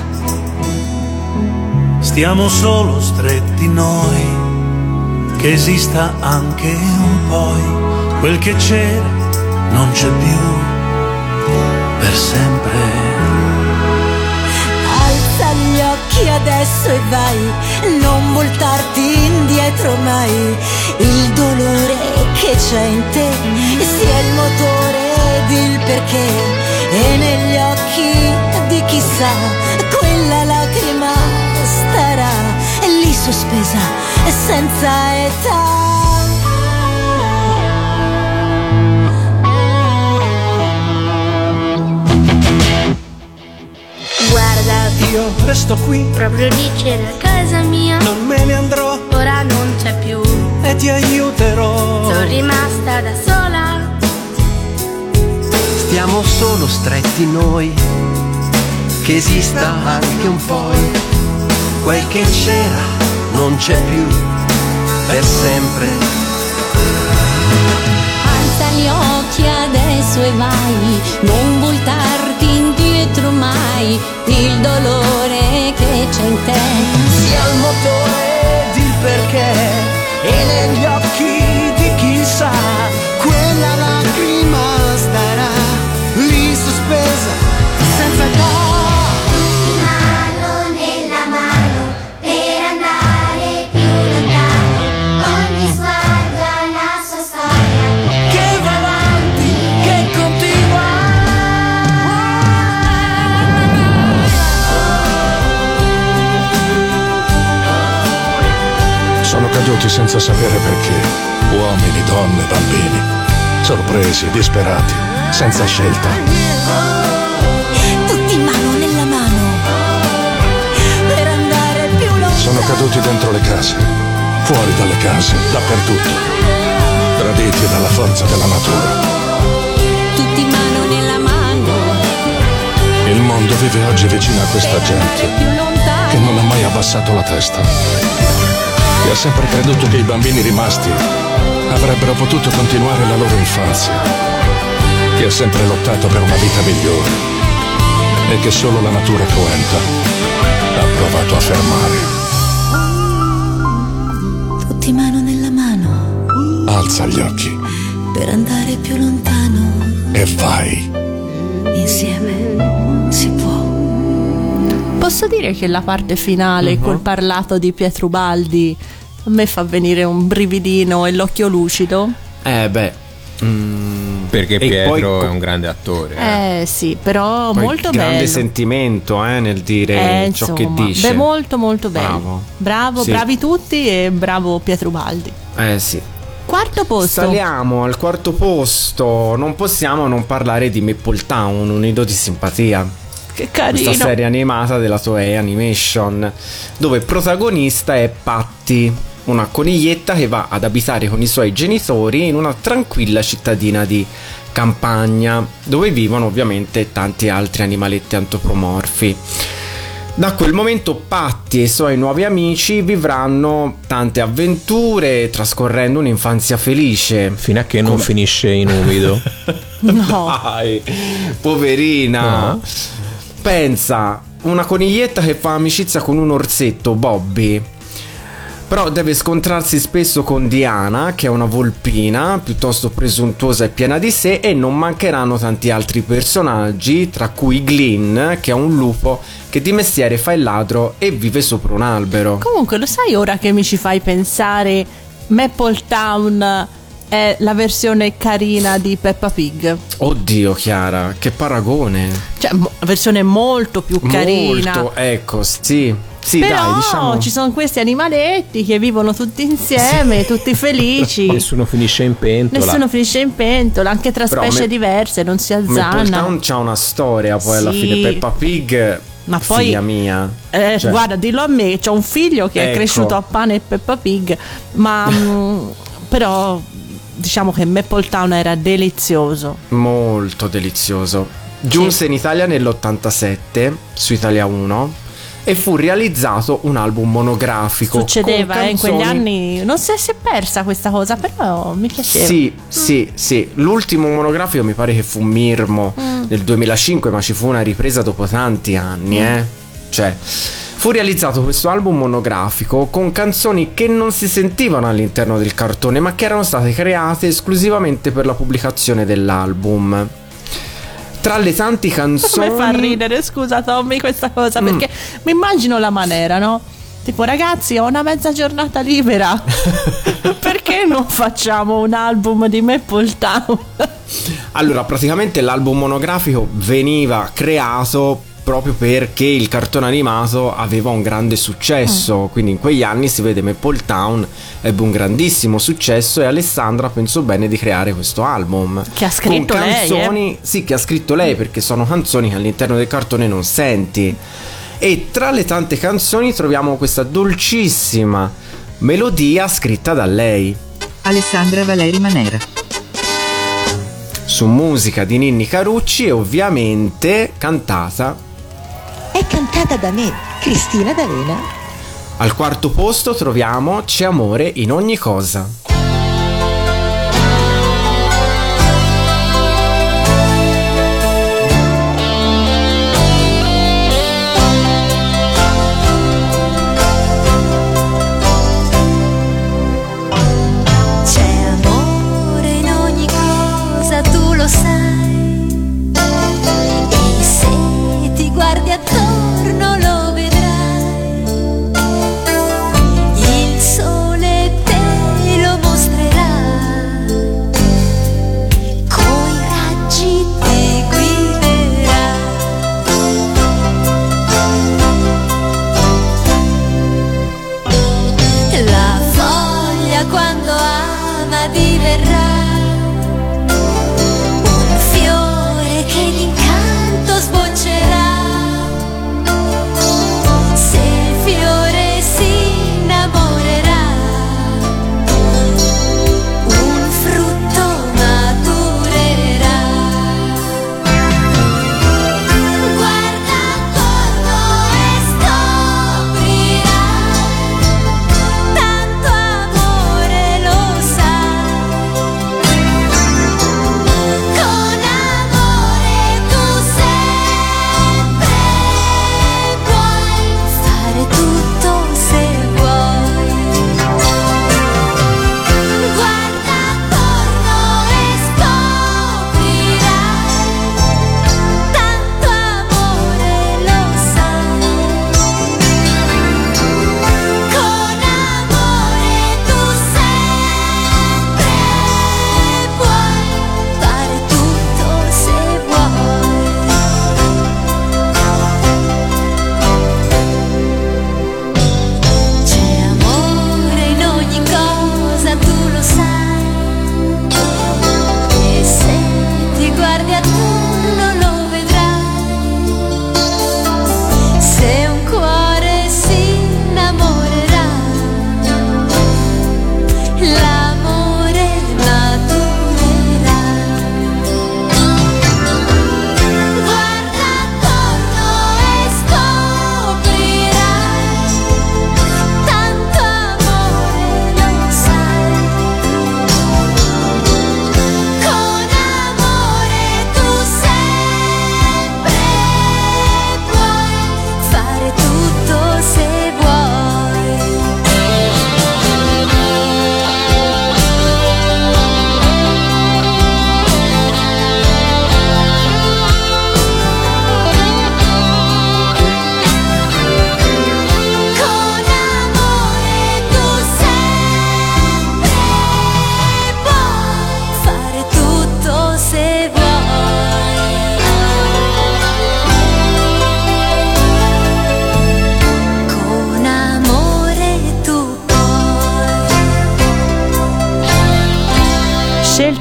Stiamo solo stretti noi, che esista anche un poi, quel che c'era non c'è più per sempre. Alza gli occhi adesso e vai, non voltarti indietro mai. Il dolore che c'è in te sia il motore ed il perché, e negli occhi di chi sa quella lacrima starà lì sospesa senza età. Guarda, io resto qui, proprio vicino a casa mia, non me ne andrò, ora non c'è più e ti aiuterò. Sono rimasta da sola. Stiamo solo stretti noi, che esista anche un poi, quel che c'era non c'è più per sempre. Alza gli occhi adesso e vai, non voltarti indietro mai. Il dolore che c'è in te sia il motore ed il perché, e negli occhi di chi sa quella lacrima starà lì sospesa senza età. Mano nella mano per andare più Sono caduti senza sapere perché. Uomini, donne, bambini. Sorpresi, disperati, senza scelta. Tutti mano nella mano per andare più lontano. Sono caduti dentro le case, fuori dalle case, dappertutto. Traditi dalla forza della natura. Tutti mano nella mano. Il mondo vive oggi vicino a questa gente che non ha mai abbassato la testa. Che ha sempre creduto che i bambini rimasti avrebbero potuto continuare la loro infanzia. Che ha sempre lottato per una vita migliore e che solo la natura cruenta ha provato a fermare. Tutti mano nella mano Alza gli occhi per andare più lontano. e vai. Insieme si può. Posso dire che la parte finale col parlato di Pietrubaldi a me fa venire un brividino e l'occhio lucido? Perché Pietro è un grande attore. Sì, però poi molto grande bello. sentimento nel dire ciò che Insomma, dice. beh, molto molto bello. Bravo, Sì. bravi tutti e bravo Pietrubaldi. Sì. Quarto posto. Saliamo al quarto posto. Non possiamo non parlare di Maple Town, un nido di simpatia. Che carino. Questa serie animata della Toei Animation, dove il protagonista è Patty, una coniglietta che va ad abitare con i suoi genitori in una tranquilla cittadina di campagna, dove vivono ovviamente tanti altri animaletti antropomorfi. Da quel momento Patty e i suoi nuovi amici vivranno tante avventure, trascorrendo un'infanzia felice. Fino a che non finisce in umido. No. Dai, poverina. No. Pensa, una coniglietta che fa amicizia con un orsetto, Bobby. Però deve scontrarsi spesso con Diana, che è una volpina piuttosto presuntuosa e piena di sé, e non mancheranno tanti altri personaggi, tra cui Glynn, che è un lupo che di mestiere fa il ladro e vive sopra un albero. Comunque, lo sai, ora che mi ci fai pensare, Maple Town è la versione carina di Peppa Pig. Oddio, Chiara, che paragone. Cioè, versione molto più carina. Molto, ecco, sì. Sì, però dai, diciamo. ci sono questi animaletti che vivono tutti insieme, tutti felici. Nessuno finisce in pentola. Nessuno finisce in pentola, anche tra Però specie diverse, non si Maple azzanna. Town c'ha una storia, poi alla Sì. fine Peppa Pig, Ma poi, figlia mia. Cioè, guarda, dillo a me, c'ho un figlio che è Ecco. cresciuto a pane e Peppa Pig, ma però diciamo che Maple Town era delizioso. molto delizioso. Giunse in Italia nell'87 su Italia 1 e fu realizzato un album monografico. Succedeva con in quegli canzoni- anni, non si è persa questa cosa, però mi piaceva. Sì. L'ultimo monografico mi pare che fu Mirmo nel 2005, ma ci fu una ripresa dopo tanti anni, Cioè, fu realizzato questo album monografico con canzoni che non si sentivano all'interno del cartone, ma che erano state create esclusivamente per la pubblicazione dell'album. Tra le tante canzoni... Mi fa ridere, scusa Tommy, questa cosa, perché mi immagino la maniera, no? Tipo, ragazzi, ho una mezza giornata libera. Perché non facciamo un album di Maple Town? Allora, praticamente l'album monografico veniva creato proprio perché il cartone animato aveva un grande successo, quindi in quegli anni si vede Maple Town ebbe un grandissimo successo e Alessandra pensò bene di creare questo album Che ha scritto con lei, canzoni, sì, che ha scritto lei, perché sono canzoni che all'interno del cartone non senti. E tra le tante canzoni troviamo questa dolcissima melodia scritta da lei, Alessandra Valeri Manera. su musica di Ninni Carucci e ovviamente cantata. È cantata da me, Cristina D'Avena. Al quarto posto troviamo C'è amore in ogni cosa. C'è amore in ogni cosa, tu lo sai. E se ti guardi attorno lo vedrai. Il sole te lo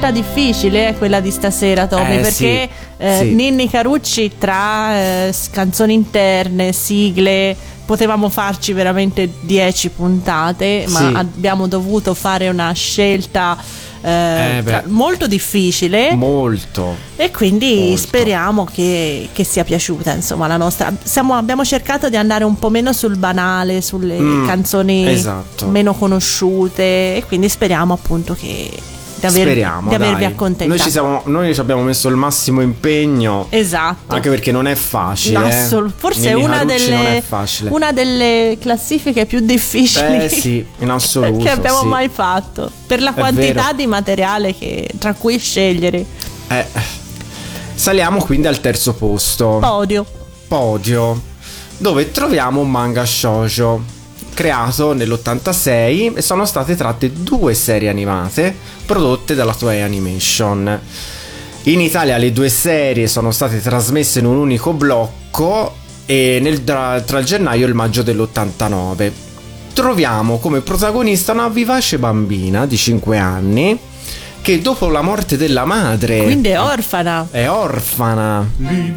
scelta difficile quella di stasera, Tommy, perché sì. Ninni Carucci tra canzoni interne, sigle, potevamo farci veramente 10 puntate, ma abbiamo dovuto fare una scelta molto difficile, molto, e quindi speriamo che sia piaciuta, insomma, la nostra. Abbiamo cercato di andare un po' meno sul banale, sulle canzoni meno conosciute, e quindi speriamo appunto di avervi accontentato. Noi ci abbiamo messo il massimo impegno, anche perché non è facile, forse è una delle classifiche più difficili in assoluto che abbiamo mai fatto, per la quantità di materiale tra cui scegliere. Saliamo quindi al terzo posto, podio, dove troviamo un manga shoujo creato nell'86, e sono state tratte 2 serie animate prodotte dalla Toei Animation. In Italia le 2 serie sono state trasmesse in un unico blocco e tra il gennaio e il maggio dell'89. Troviamo come protagonista una vivace bambina di 5 anni che dopo la morte della madre, quindi è orfana. Li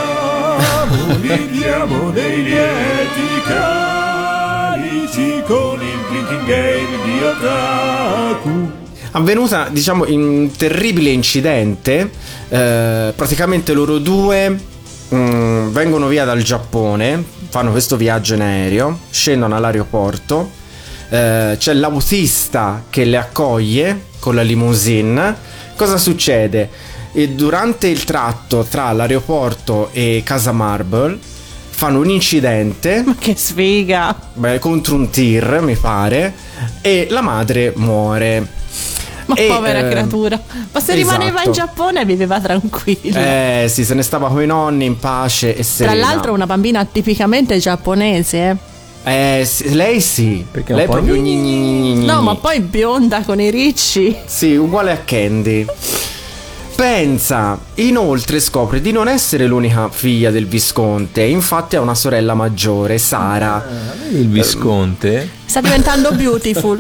diamo dei lieti carici con il drinking game di Otaku. Avvenuta, diciamo, in un terribile incidente. Praticamente loro due vengono via dal Giappone, fanno questo viaggio in aereo, scendono all'aeroporto, c'è l'autista che le accoglie con la limousine. Cosa succede? E durante il tratto tra l'aeroporto e Casa Marble fanno un incidente. Ma che sfiga! Contro un tir, mi pare, e la madre muore. Ma povera creatura. Ma se rimaneva in Giappone viveva tranquilla. Sì, se ne stava con i nonni in pace e serena. Tra l'altro una bambina tipicamente giapponese, lei sì, perché lei è proprio no, ma poi bionda con i ricci. Sì, uguale a Candy. Pensa, inoltre scopre di non essere l'unica figlia del visconte, infatti ha una sorella maggiore, Sara. Il visconte sta diventando beautiful.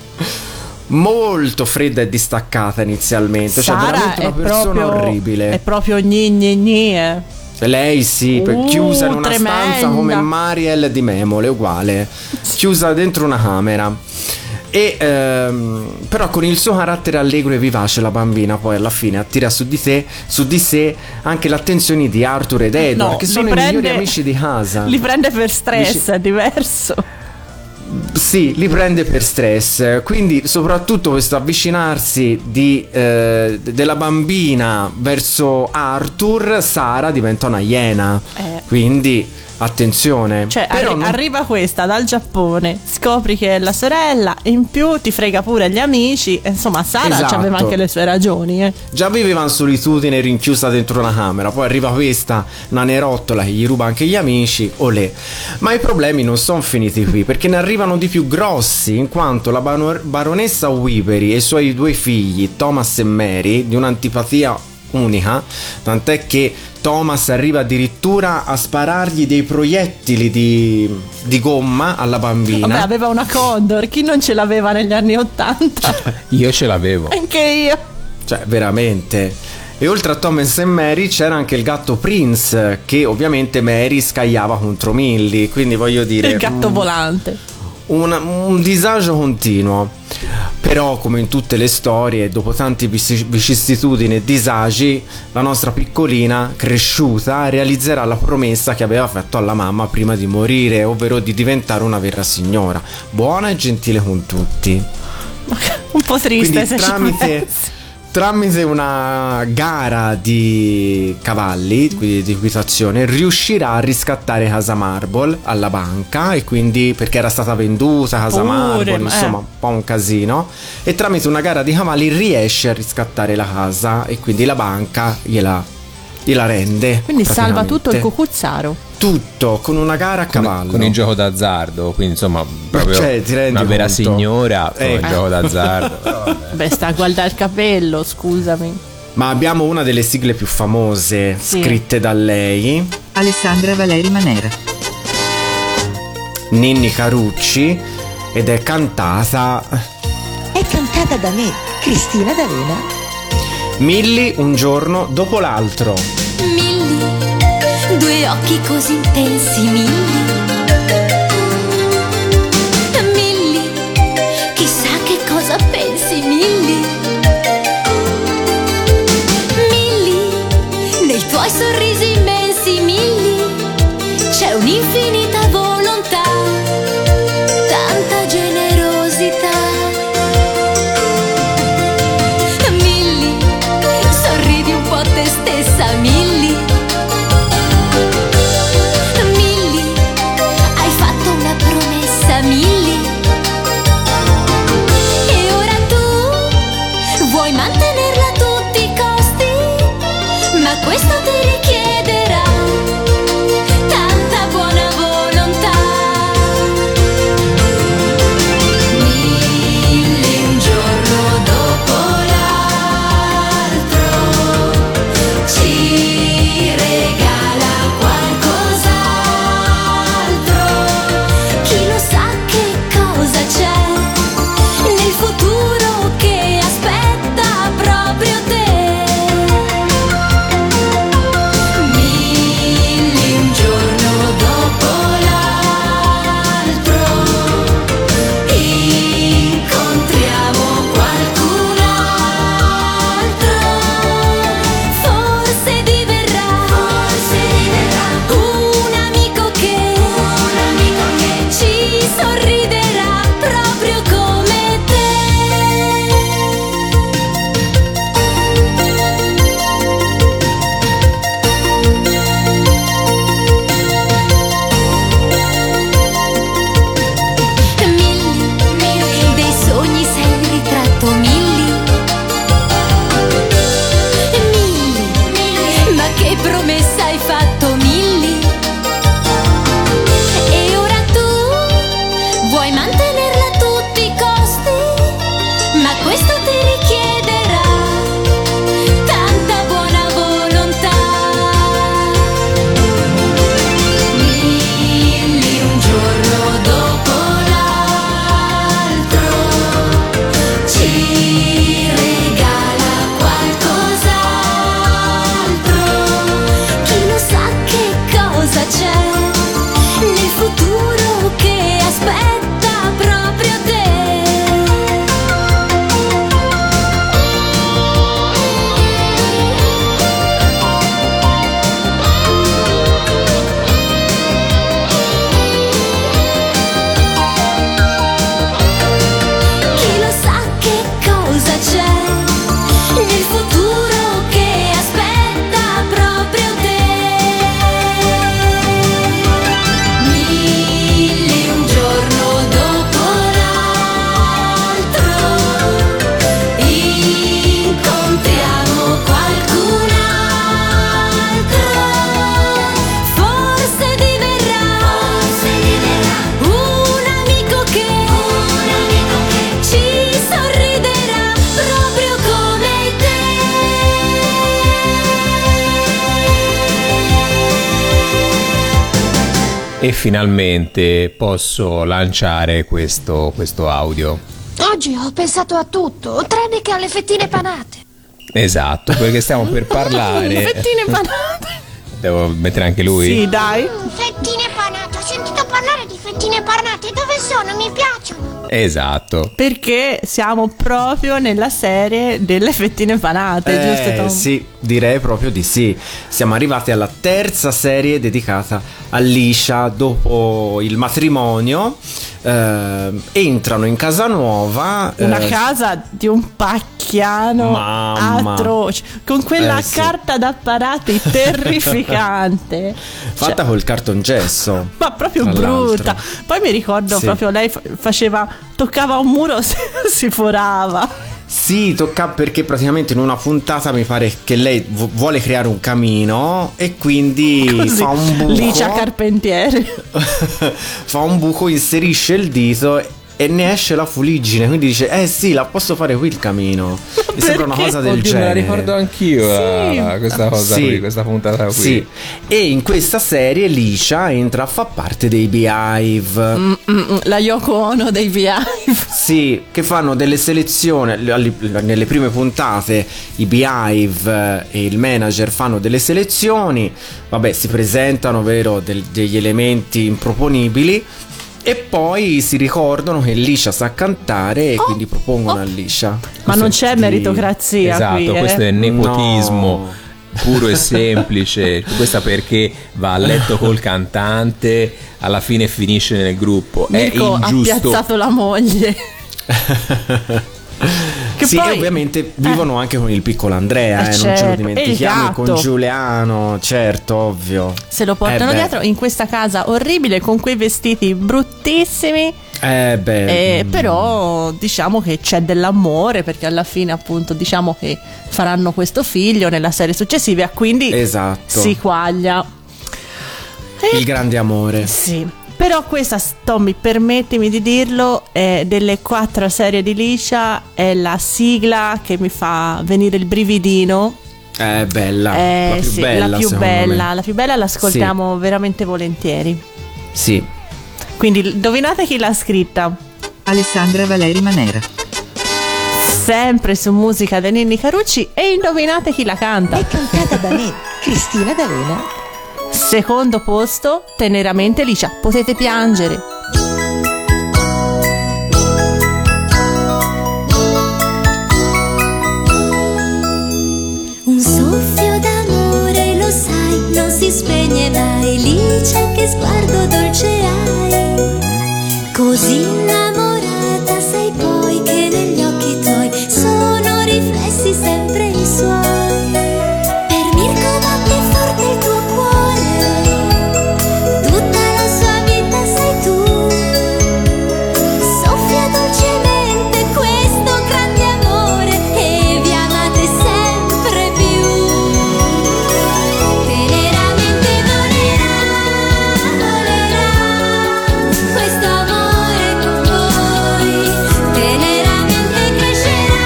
Molto fredda e distaccata inizialmente, Sara, cioè veramente una persona orribile. È proprio gni. Lei sì, chiusa in una tremenda stanza come Mariel di Memole, uguale, chiusa dentro una camera. E però con il suo carattere allegro e vivace la bambina poi alla fine attira su di sé anche l'attenzione di Arthur ed Edward, che sono i migliori amici di casa. Li prende per stress, è diverso. Sì, li prende per stress. Quindi soprattutto questo avvicinarsi della bambina verso Arthur, Sara diventa una iena. Quindi attenzione. Cioè arriva questa dal Giappone, scopri che è la sorella, e in più ti frega pure gli amici. Insomma, Sara aveva anche le sue ragioni. Già viveva in solitudine, rinchiusa dentro una camera, poi arriva questa nanerottola che gli ruba anche gli amici, olè. Ma i problemi non sono finiti qui, perché ne arrivano di più grossi, in quanto la baronessa Whippery e i suoi 2 figli, Thomas e Mary, di un'antipatia unica, tant'è che Thomas arriva addirittura a sparargli dei proiettili di gomma alla bambina. Vabbè, aveva una Condor, chi non ce l'aveva negli anni '80? Io ce l'avevo. Anche io. Cioè, veramente. E oltre a Thomas e Mary c'era anche il gatto Prince, che ovviamente Mary scagliava contro Millie, quindi voglio dire... Il gatto volante. Un disagio continuo. Però, come in tutte le storie, dopo tanti vicissitudini e disagi, la nostra piccolina cresciuta realizzerà la promessa che aveva fatto alla mamma prima di morire, ovvero di diventare una vera signora, buona e gentile con tutti. Un po' triste. Quindi tramite una gara di cavalli, quindi di equitazione, riuscirà a riscattare Casa Marble alla banca, e quindi perché era stata venduta Casa Marble, insomma un po' un casino, e tramite una gara di cavalli riesce a riscattare la casa, e quindi la banca gliela rende. Quindi salva tutto il cucuzzaro. Tutto con una gara a cavallo, con il gioco d'azzardo, quindi insomma proprio una vera signora con il gioco d'azzardo. Beh, sta a guardare il capello, scusami. Ma abbiamo una delle sigle più famose scritte da lei, Alessandra Valeri Manera, Ninni Carucci, ed è cantata da me, Cristina D'Avena. Milli un giorno dopo l'altro. Milli, due occhi così intensi, Milli. Milli, chissà che cosa pensi, Milli. Milli, nei tuoi sorrisi immensi, Milli, c'è un'infinita volontà, tanta generosità. Milli, sorridi un po' a te stessa, Milli. Milli, hai fatto una promessa, Milli. E ora tu vuoi mantenerla a tutti i costi, ma questo ti richiederà tanta buona volontà. Milli un giorno dopo l'altro ci regala qualcos'altro. Chi lo sa che cosa c'è nel futuro che aspetta proprio te. Milli un giorno dopo l'altro incontriamo qualcun altro. Forse diverrà un amico che ci sorriderà proprio come te. Milli, dei sogni sei il ritratto, Milli. Milli, ma che promessa hai fatto, Milli. E ora tu vuoi mantenerla a tutti i costi, ma questo ti richiederà tanta buona volontà. Milli un giorno dopo l'altro ci regala qualcos'altro. Chi lo sa che cosa c'è nel futuro che aspetta proprio te. Chi lo sa che cosa c'è nel futuro che aspetta proprio te. Milli un giorno dopo l'altro incontriamo qualcun altro. Forse diverrà un amico che ci sorriderà proprio come te. E finalmente posso lanciare questo audio. Oggi ho pensato a tutto, tranne che alle fettine panate. Esatto, perché stiamo per parlare. Fettine panate. Devo mettere anche lui? Sì, dai. Fettine panate, ho sentito parlare di fettine panate, dove sono? Mi piacciono. Esatto. Perché siamo proprio nella serie delle fettine panate, giusto Tom? Sì, direi proprio di sì. Siamo arrivati alla terza serie dedicata a Liscia. Dopo il matrimonio entrano in casa nuova. Una casa di un pacchiano Mamma. atroce, con quella Sì. carta d'apparati terrificante. Fatta col cartongesso. Ma proprio tra brutta. l'altro. Poi mi ricordo Sì. proprio lei toccava un muro, si forava. Sì, tocca, perché praticamente in una puntata mi pare che lei vuole creare un camino e quindi Così, fa un buco. Licia Carpentiere. Fa un buco, inserisce il dito e ne esce la fuliggine, quindi dice sì, la posso fare qui il camino. Mi sembra una cosa del Oddio, genere. me la ricordo anch'io questa cosa qui, questa puntata qui. Sì. E in questa serie Liscia entra a far parte dei Beehive. La Yoko Ono dei Beehive. Sì, che fanno delle selezioni. Nelle prime puntate i Beehive e il manager fanno delle selezioni. Vabbè, si presentano, vero, degli elementi improponibili. E poi si ricordano che Liscia sa cantare e quindi propongono a Liscia. Ma non c'è meritocrazia. Esatto, qui, questo è nepotismo. No. Puro e semplice. Questa perché va a letto col cantante, alla fine finisce nel gruppo. Mirko è ingiusto. ha piazzato la moglie. Che sì, poi, e ovviamente vivono anche con il piccolo Andrea, non ce lo certo. dimentichiamo, E con Giuliano, certo, ovvio. Se lo portano dietro in questa casa orribile con quei vestiti bruttissimi. Però diciamo che c'è dell'amore, perché alla fine appunto diciamo che faranno questo figlio nella serie successiva, quindi si quaglia il grande amore. Sì. Però questa, Tommy, permettimi di dirlo, delle 4 serie di Liscia è la sigla che mi fa venire il brividino. È bella, la più bella, la più bella, l'ascoltiamo veramente volentieri. Sì. Quindi indovinate chi l'ha scritta? Alessandra Valeri Manera. Sempre su musica da Ninni Carucci. E indovinate chi la canta? È cantata da me, Cristina D'Avena. Secondo posto, Teneramente Liscia. Potete piangere. Un soffio d'amore, lo sai, non si spegne mai. Licia, che sguardo dolce hai. Così innamorata sei poi che negli occhi tuoi sono riflessi sempre i suoi. Per Mirko batte forte il tuo cuore, tutta la sua vita sei tu. Soffia dolcemente questo grande amore e vi amate sempre più. Teneramente volerà, questo amore con voi. Teneramente crescerà,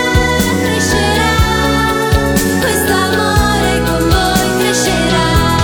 questo amore con voi crescerà.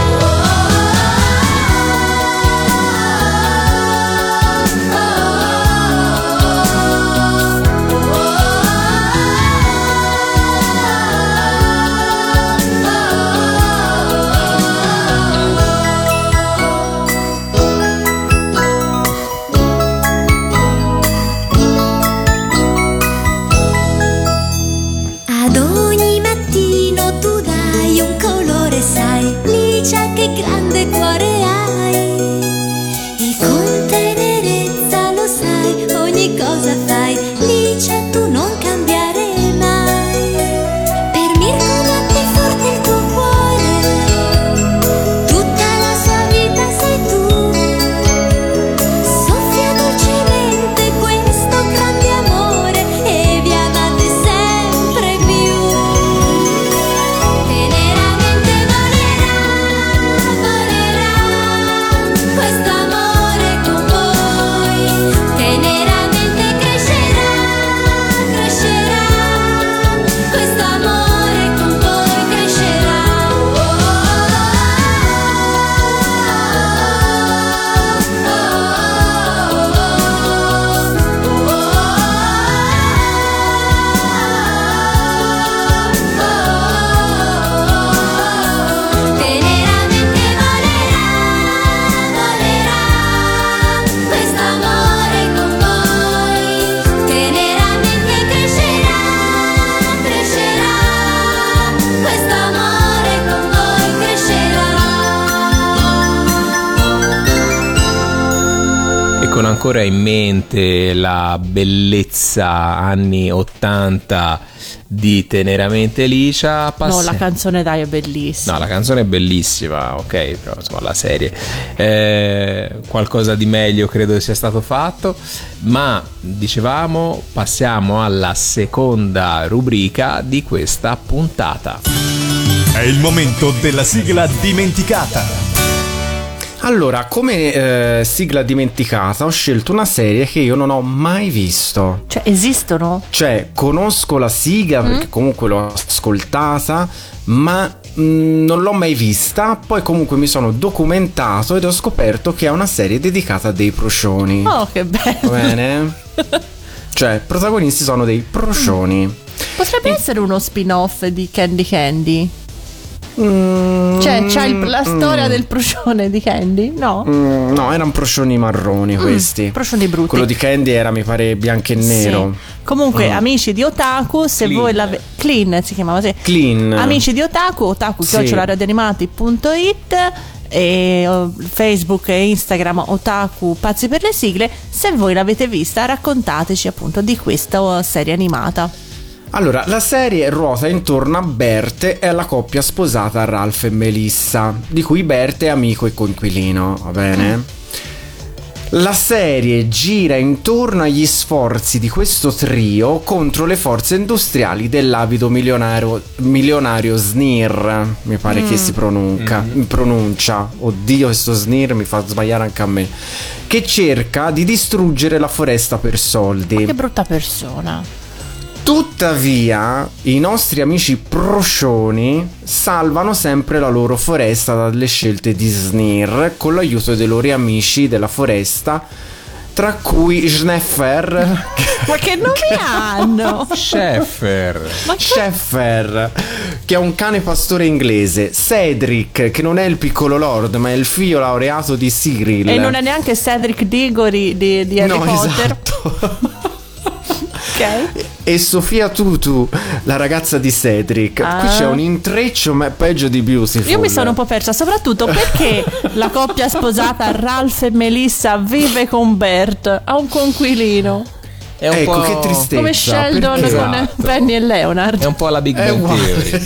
Ad ogni mattino tu dai un colore, sai, Licia, che grande cuore hai. E con tenerezza lo sai, ogni cosa fai, Licia, tu non cambiare mai. Per Mirko batte forte il tuo cuore, tutta la sua vita sei tu. Soffia dolcemente questo grande amore e vi amate sempre più. Teneramente volerà, questo amore con voi. Teneramente crescerà, questo amore con voi crescerà. Teneramente volerà, questo amore con voi. Teneramente crescerà, questo amore con voi crescerà. E con ancora in mente la bellezza anni 80 di Teneramente Liscia. No, la canzone dai è bellissima. No, la canzone è bellissima, ok, però insomma la serie qualcosa di meglio credo sia stato fatto. Ma dicevamo, passiamo alla seconda rubrica di questa puntata. È il momento della sigla dimenticata. Allora, come sigla dimenticata ho scelto una serie che io non ho mai visto. Cioè, esistono? Cioè, conosco la sigla perché comunque l'ho ascoltata, ma non l'ho mai vista. Poi comunque mi sono documentato ed ho scoperto che è una serie dedicata a dei procioni. Oh, che bello. Va bene? Cioè, i protagonisti sono dei procioni. Potrebbe essere uno spin-off di Candy Candy. Cioè, c'hai la storia del procione di Candy? No? No, erano procioni marroni questi. Procioni brutti. Quello di Candy era, mi pare, bianco e nero. Sì. Comunque, amici di Otaku, se Clean. voi Clean si chiamava così. Clean. Amici di Otaku, otaku@radioanimati.it e Facebook e Instagram Otaku Pazzi per le sigle. Se voi l'avete vista, raccontateci appunto di questa serie animata. Allora, la serie ruota intorno a Bert e alla coppia sposata Ralph e Melissa, di cui Bert è amico e coinquilino, va bene? La serie gira intorno agli sforzi di questo trio contro le forze industriali dell'avido milionario Snir, mi pare che si pronuncia. Oddio, questo Snir mi fa sbagliare anche a me. Che cerca di distruggere la foresta per soldi. Ma che brutta persona. Tuttavia, i nostri amici procioni salvano sempre la loro foresta dalle scelte di Snir con l'aiuto dei loro amici della foresta, tra cui Schneffer. Ma che nomi hanno? Sheffer, che è un cane pastore inglese. Cedric, che non è il piccolo lord, ma è il figlio laureato di Cyril. E non è neanche Cedric Diggory di Harry Potter. Esatto. Ok. E Sofia Tutu, la ragazza di Cedric. Qui c'è un intreccio peggio di Beautiful. Io mi sono un po' persa, soprattutto perché la coppia sposata Ralph e Melissa vive con Bert, ha un conquilino. È un ecco, po' che tristezza. Come Sheldon perché? con Esatto. Penny e Leonard. È un po' la Big Bang Theory.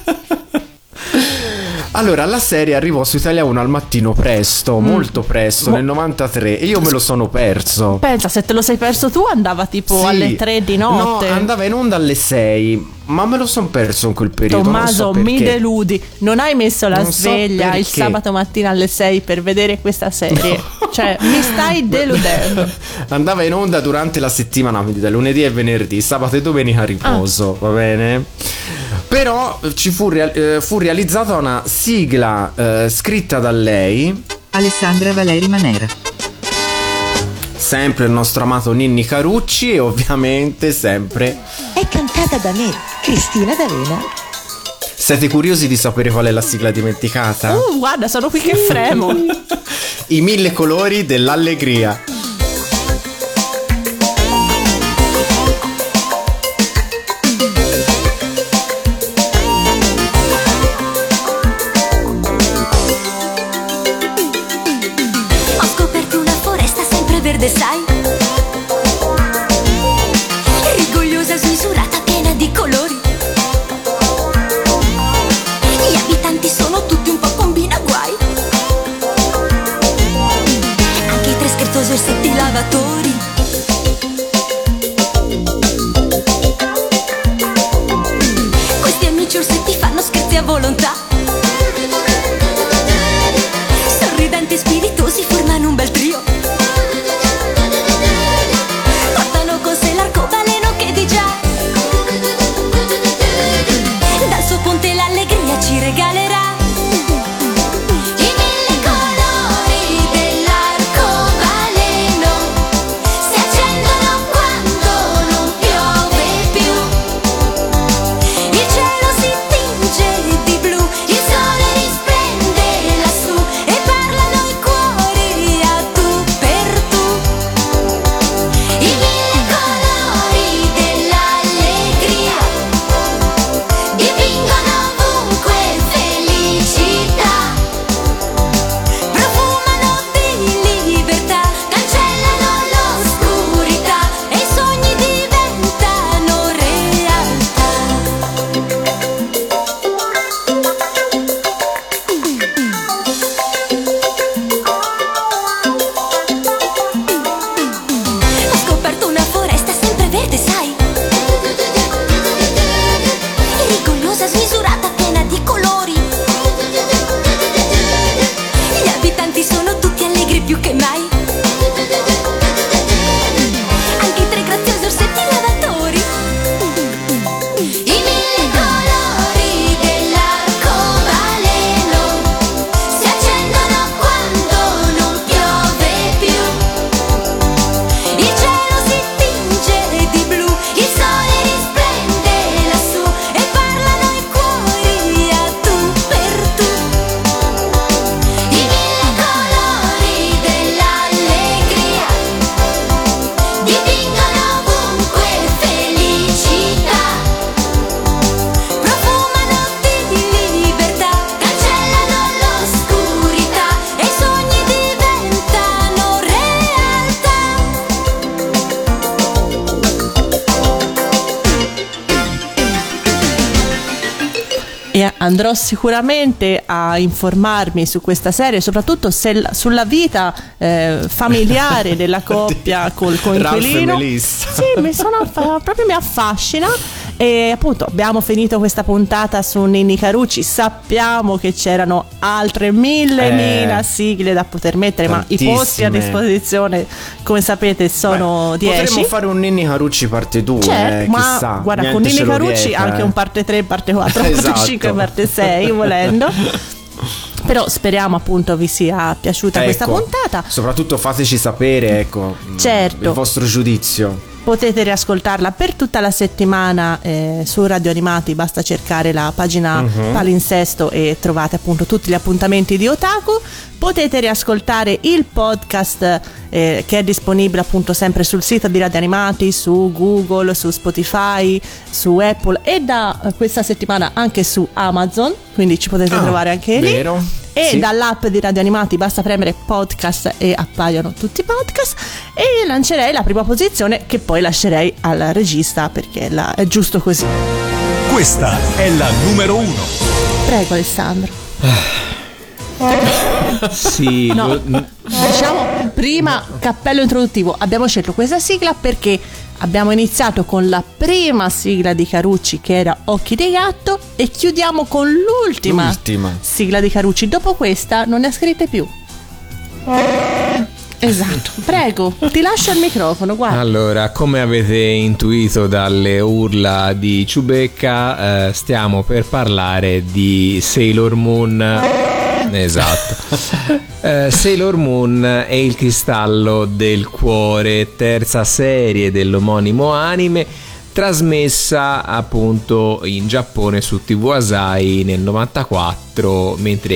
Allora, la serie arrivò su Italia 1 al mattino presto, molto presto, nel 93, e io me lo sono perso. Pensa, se te lo sei perso tu andava tipo Sì. alle 3 di notte. No, andava in onda alle 6, ma me lo sono perso in quel periodo. Tommaso, non so mi perché. deludi. Non hai messo la Non so sveglia il perché. sabato mattina alle 6 per vedere questa serie. Cioè, mi stai deludendo. Andava in onda durante la settimana, quindi da lunedì e venerdì, sabato e domenica riposo, va bene? Però ci fu realizzata una sigla scritta da lei, Alessandra Valeri Manera. sempre il nostro amato Ninni Carucci, e ovviamente sempre. È cantata da me, Cristina D'Avena. Siete curiosi di sapere qual è la sigla dimenticata? Guarda, sono qui che fremo. I 1000 colori dell'allegria. Ho scoperto una foresta sempre verde, sai? Rigogliosa, smisurata, piena di colori. Gli abitanti sono tutti un po' combinaguai. Anche i 3 scherzosi orsetti lavatori. Questi amici orsetti fanno scherzi a volontà. Sorridenti e spiritosi formano un bel trio. Portano con sé l'arcobaleno che di già dal suo ponte l'allegria ci regalerà. I 1000 colori dell'arcobaleno si accendono quando non piove più. Il cielo si tinge di blu E andrò sicuramente a informarmi su questa serie, soprattutto sulla vita familiare della coppia col coinquilino. Sì, proprio mi affascina. E appunto abbiamo finito questa puntata su Ninni Carucci. Sappiamo che c'erano altre mille sigle da poter mettere, tantissime. Ma i posti a disposizione, come sapete, sono 10. Potremmo fare un Ninni Carucci parte 2, certo, chissà. Ma guarda, con Ninni Carucci anche un parte 3, parte 4, parte esatto. 5, parte 6 volendo. Però speriamo appunto vi sia piaciuta questa puntata. Soprattutto fateci sapere, certo, il vostro giudizio. Potete riascoltarla per tutta la settimana su Radio Animati, basta cercare la pagina Palinsesto e trovate appunto tutti gli appuntamenti di Otaku. Potete riascoltare il podcast che è disponibile appunto sempre sul sito di Radio Animati, su Google, su Spotify, su Apple e da questa settimana anche su Amazon, quindi ci potete trovare anche lì. Vero? E dall'app di Radio Animati basta premere podcast e appaiono tutti i podcast. E lancerei la prima posizione, che poi lascerei al regista perché è giusto così. Questa è la numero 1. Prego Alessandro. Sì, no, diciamo prima cappello introduttivo. Abbiamo scelto questa sigla perché abbiamo iniziato con la prima sigla di Carucci, che era Occhi di gatto, e chiudiamo con l'ultima sigla di Carucci. Dopo questa non ne ha scritte più. Esatto, prego, ti lascio il microfono, guarda. Allora, come avete intuito dalle urla di Ciubecca, stiamo per parlare di Sailor Moon. Esatto. Sailor Moon e il cristallo del cuore, terza serie dell'omonimo anime, trasmessa appunto in Giappone su TV Asahi nel 94, mentre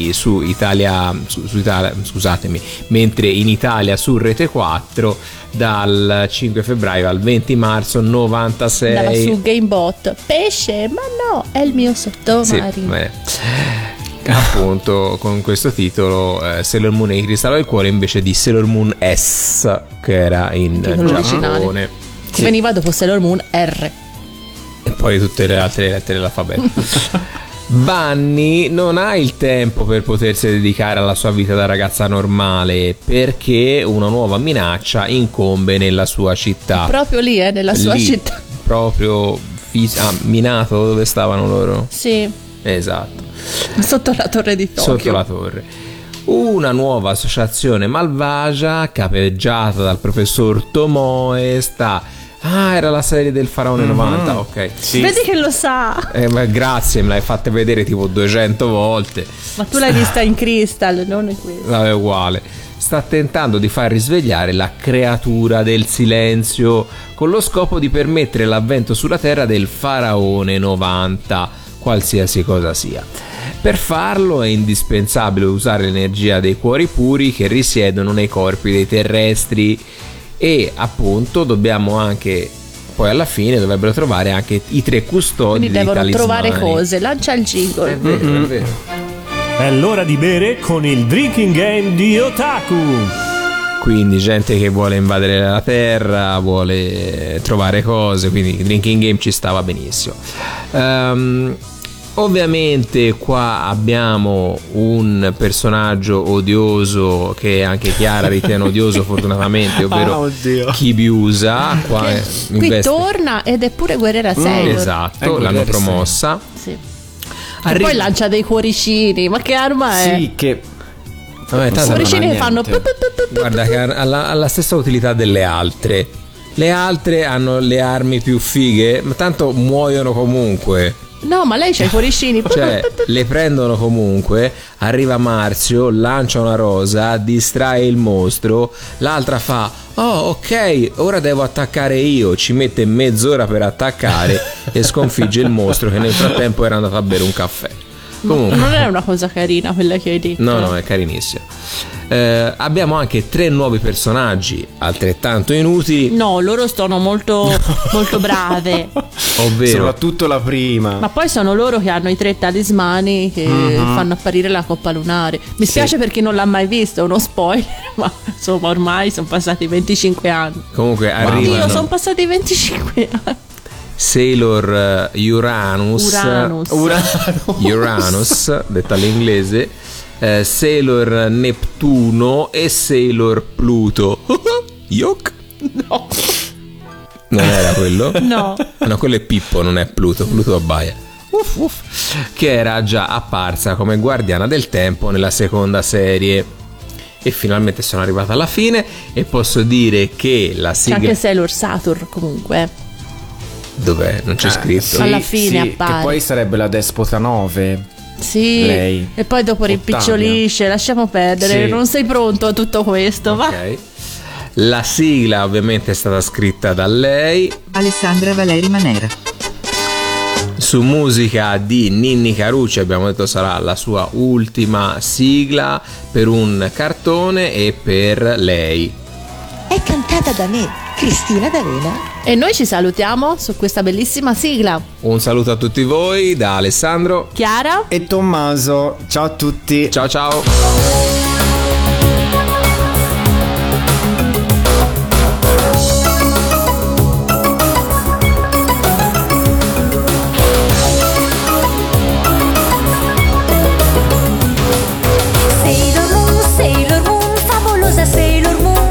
mentre in Italia su Rete 4 dal 5 febbraio al 20 marzo 96. Andava su Gamebot. Pesce, ma no, è il mio sottomarino. Appunto con questo titolo Sailor Moon e il cristallo del cuore, invece di Sailor Moon S, che era in Giappone, che veniva dopo Sailor Moon R e poi tutte le altre lettere dell'alfabeto. Bunny non ha il tempo per potersi dedicare alla sua vita da ragazza normale, perché una nuova minaccia incombe nella sua città. Proprio lì, nella sua città. Proprio Minato, dove stavano loro? Sì. Esatto. Sotto la torre di Tokyo. Sotto la torre. Una nuova associazione malvagia, capeggiata dal professor Tomoe, era la serie del Faraone 90, ok. Sì. Vedi che lo sa. Ma grazie, me l'hai fatta vedere tipo 200 volte. Ma tu l'hai vista in Crystal, non in questo. È uguale. Sta tentando di far risvegliare la creatura del silenzio, con lo scopo di permettere l'avvento sulla Terra del Faraone 90, qualsiasi cosa sia. Per farlo è indispensabile usare l'energia dei cuori puri che risiedono nei corpi dei terrestri, e appunto dobbiamo anche, poi alla fine dovrebbero trovare anche i 3 custodi. Quindi dei devono talismani. trovare cose. Lancia il jingle. È vero, è vero. È l'ora di bere con il drinking game di Otaku. Quindi gente che vuole invadere la terra, vuole trovare cose, quindi il drinking game ci stava benissimo. Ovviamente qua abbiamo un personaggio odioso che anche Chiara ritiene odioso fortunatamente, ovvero Chibiusa. Qui torna ed è pure guerriera Sailor. Esatto, l'hanno promossa. Sì. E poi lancia dei cuoricini. Ma che arma è? Sì, che i cuoricini che fanno. Guarda che ha la stessa utilità delle altre. Le altre hanno le armi più fighe, ma tanto muoiono comunque. No, ma lei c'ha i cuoricini. Cioè, le prendono comunque. Arriva Marzio, lancia una rosa, distrae il mostro. L'altra fa: oh, ok, ora devo attaccare io. Ci mette mezz'ora per attaccare e sconfigge il mostro, che nel frattempo era andato a bere un caffè. Comunque, non è una cosa carina quella che hai detto. No, è carinissima. Abbiamo anche 3 nuovi personaggi altrettanto inutili. No, loro sono molto brave. Ovvero, soprattutto la prima. Ma poi sono loro che hanno i 3 talismani che fanno apparire la coppa lunare. Mi spiace per chi non l'ha mai visto, è uno spoiler, ma insomma ormai sono passati 25 anni. Comunque arrivano. Io sono passati 25 anni. Sailor Uranus, detto all'inglese, Sailor Neptuno e Sailor Pluto. Yok? No. Non era quello? No. No, quello è Pippo, non è Pluto. Pluto abbaia. Uff, uff. Che era già apparsa come guardiana del tempo nella seconda serie. E finalmente sono arrivata alla fine e posso dire che la sigla... C'è anche Sailor Saturn comunque. Dov'è? Non c'è scritto. Sì, alla fine appare. Che poi sarebbe la Despota 9. Sì, lei. E poi dopo rimpicciolisce. Lasciamo perdere, Sì. Non sei pronto a tutto questo, va. Ok. La sigla ovviamente è stata scritta da lei, Alessandra Valeri Manera. su musica di Ninni Carucci. Abbiamo detto sarà la sua ultima sigla per un cartone e per lei. È cantata da me, Cristina D'Avena. E noi ci salutiamo su questa bellissima sigla. Un saluto a tutti voi da Alessandro, Chiara e Tommaso. Ciao a tutti. Ciao ciao. Sailor Moon, favolosa Sailor Moon.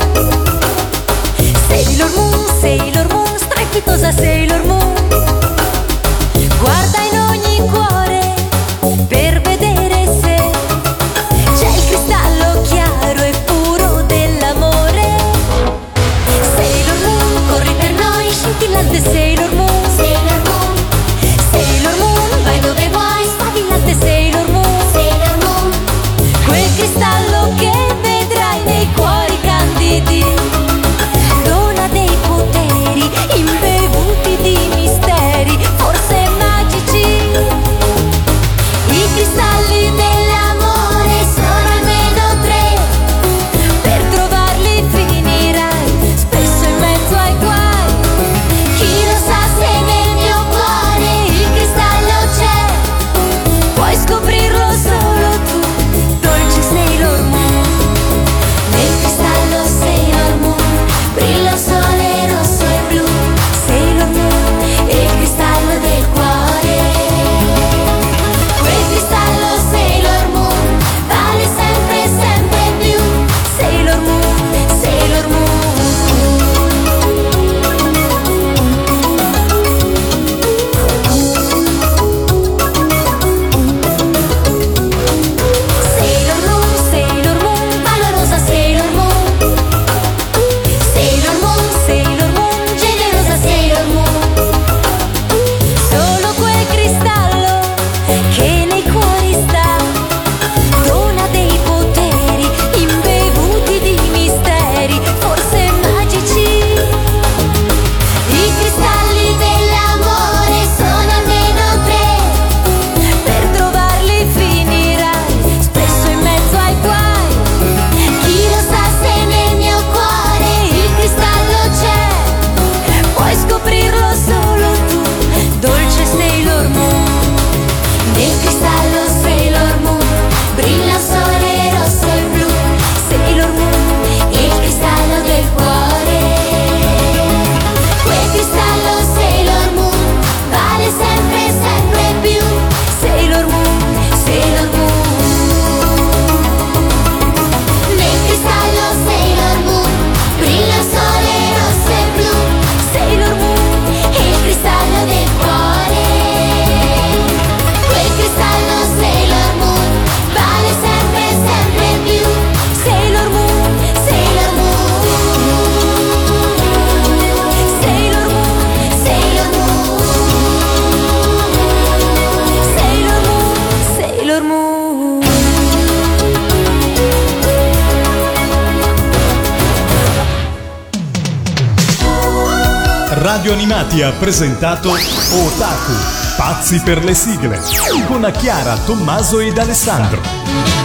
Sailor Moon, strepitosa Sailor Moon. Guarda in ogni cuore per vedere se c'è il cristallo chiaro e puro dell'amore. Sailor Moon, corri per noi, scintillante Sailor Moon. Sailor Moon, Sailor Moon, vai dove vuoi, sfavillante Sailor Moon. Sailor Moon, quel cristallo che vedrai nei cuori candidi dona dei poteri imbevuti di misteri, forse magici. I cristalli dell'amore sono almeno 3, per trovarli finirai spesso in mezzo ai guai. Chi lo sa se nel mio cuore il cristallo c'è, puoi scoprirlo solo tu, dolce Sailor Moon. Nel cristallo Sailor Moon brilla il sole rosso e blu. Sailor Moon, il cristallo del cuore. Quel cristallo Sailor Moon vale sempre, sempre più. Sailor Moon, Sailor Moon. Sailor Moon, valorosa Sailor Moon. Sailor Moon, generosa Sailor Moon. Solo quel cristallo che nei cuori sta dona dei poteri imbevuti di misteri, forse magici. I cristalli dell'amore sono almeno 3, per trovarli finirai spesso in mezzo ai guai. Chi lo sa se nel mio cuore il cristallo c'è, puoi scoprirlo solo tu, dolce Sailor Moon. Nel cristallo Sailor Moon brilla il sole rosso e blu. Sailor Moon, il cristallo del cuore. Quel cristallo Sailor Moon vale sempre, sempre più. Sailor Moon, Sailor Moon. Nel cristallo Sailor Moon brilla il sole rosso e blu. Sailor Moon, il cristallo del cuore. Quel cristallo Sailor Moon vale sempre, sempre più. Sailor Moon, Sailor Moon. Sailor Moon, Sailor Moon. Sailor Moon, Sailor Moon. Radio Animati ha presentato Otaku, pazzi per le sigle, con Chiara, Tommaso ed Alessandro.